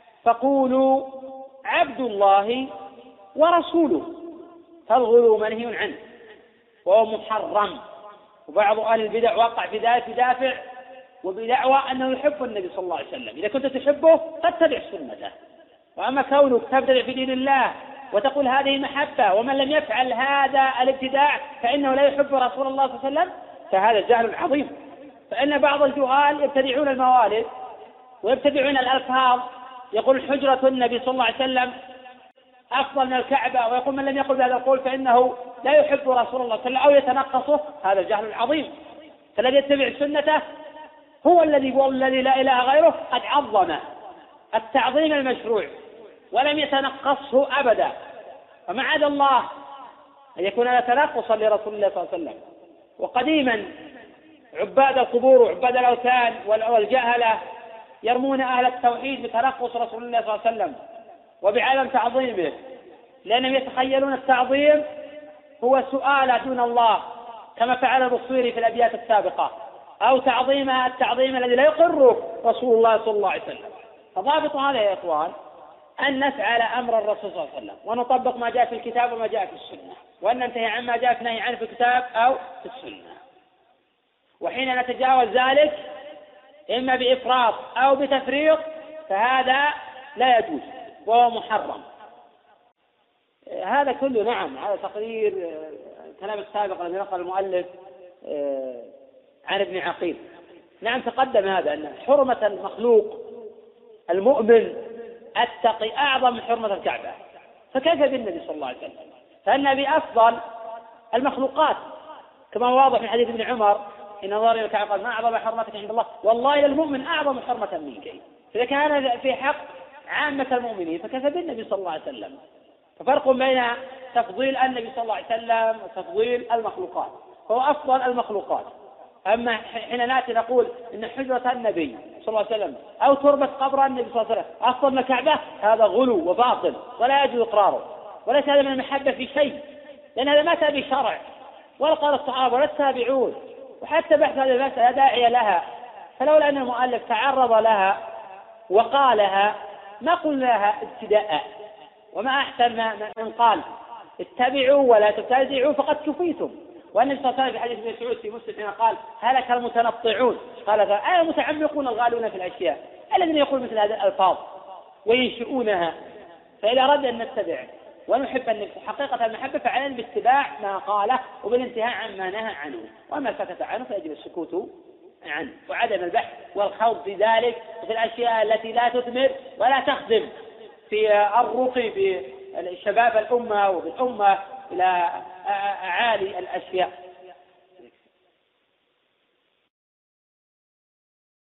فقولوا عبد الله ورسوله، فالغلو منهي عنه وهو محرم. وبعض أهل البدع وقع في ذلك بدافع وبدعوى أنه يحب النبي صلى الله عليه وسلم، إذا كنت تحبه فاتبع سنته. وأما كونك تبتدع في دين الله وتقول هذه محبة ومن لم يفعل هذا الابتداع فإنه لا يحب رسول الله صلى الله عليه وسلم فهذا جهل عظيم. فإن بعض الجهال يبتدعون الموالد ويبتدعون الألفاظ، يقول حجرة النبي صلى الله عليه وسلم أفضل من الكعبة، ويقول من لم يقل بهذا القول فإنه لا يحب رسول الله صلى الله عليه وسلم أو يتنقصه، هذا جهل عظيم. فالذي يتبع سنته هو الذي لا إله غيره قد عظمه التعظيم المشروع ولم يتنقصه أبدا، ومعاذ الله أن يكون هذا تنقصا لرسول الله صلى الله عليه وسلم. وقديما عباد القبور وعباد الأوثان والجهلة يرمون أهل التوحيد بتنقص رسول الله صلى الله عليه وسلم وبعدم تعظيمه، لأنهم يتخيلون التعظيم هو سؤال دون الله كما فعل البصيري في الأبيات السابقة، أو تعظيمها التعظيم الذي لا يقره رسول الله صلى الله عليه وسلم. فضابط هذا يا إخوان أن نفعل أمر الرسول صلى الله عليه وسلم ونطبق ما جاء في الكتاب وما جاء في السنة، وأن ننتهي عما جاء في نهي عنه في الكتاب أو في السنة. وحين نتجاوز ذلك إما بإفراط أو بتفريط فهذا لا يجوز وهو محرم. هذا كله نعم هذا تقرير الكلام السابق الذي نقل المؤلف عن ابن عقيل. نعم تقدم هذا أن حرمة المخلوق المؤمن التقي أعظم من حرمة الكعبة، فكيف بالنبي صلى الله عليه وسلم؟ فالنبي أفضل المخلوقات كما واضح من حديث ابن عمر إن نظر إلى الكعبة قال ما أعظم حرمتك عند الله والله للمؤمن أعظم حرمة منك. فإذا كان في حق عامة المؤمنين فكيف بالنبي صلى الله عليه وسلم؟ ففرق بين تفضيل النبي صلى الله عليه وسلم وتفضيل المخلوقات، هو أفضل المخلوقات. أما حين نأتي نقول إن حجرة النبي صلى الله عليه وسلم أو تربة قبر النبي صلى الله عليه وسلم أفضل من الكعبة، هذا غلو وباطل ولا يجوز إقراره، وليس هذا من المحبة في شيء، لأن هذا ما تابع شرع ولا قال الصحابة ولا التابعون، وحتى بحث هذه المسألة داعية لها. فلولا أن المؤلف تعرض لها وقالها ما قلنا لها ابتداء، وما أحسن من قال اتبعوا ولا تبتدعوا فقد كفيتم. وأن النبي صلى الله عليه وسلم في حديث ابن مسعود في مسلم قال هلك المتنطعون، قال المتعمقون الغالون في الأشياء الذين يقول مثل هذه الألفاظ وينشئونها. فإذا أراد أن نتبع ونحب النبي حقيقة المحبة فعلينا باتباع ما قاله وبالانتهاء عما نهى عنه، وما سكت عنه فيجب السكوت عنه وعدم البحث والخوض في ذلك وفي الأشياء التي لا تثمر ولا تخدم في الرقي بشباب الأمة وبالأمة إلى أعالي الأشياء.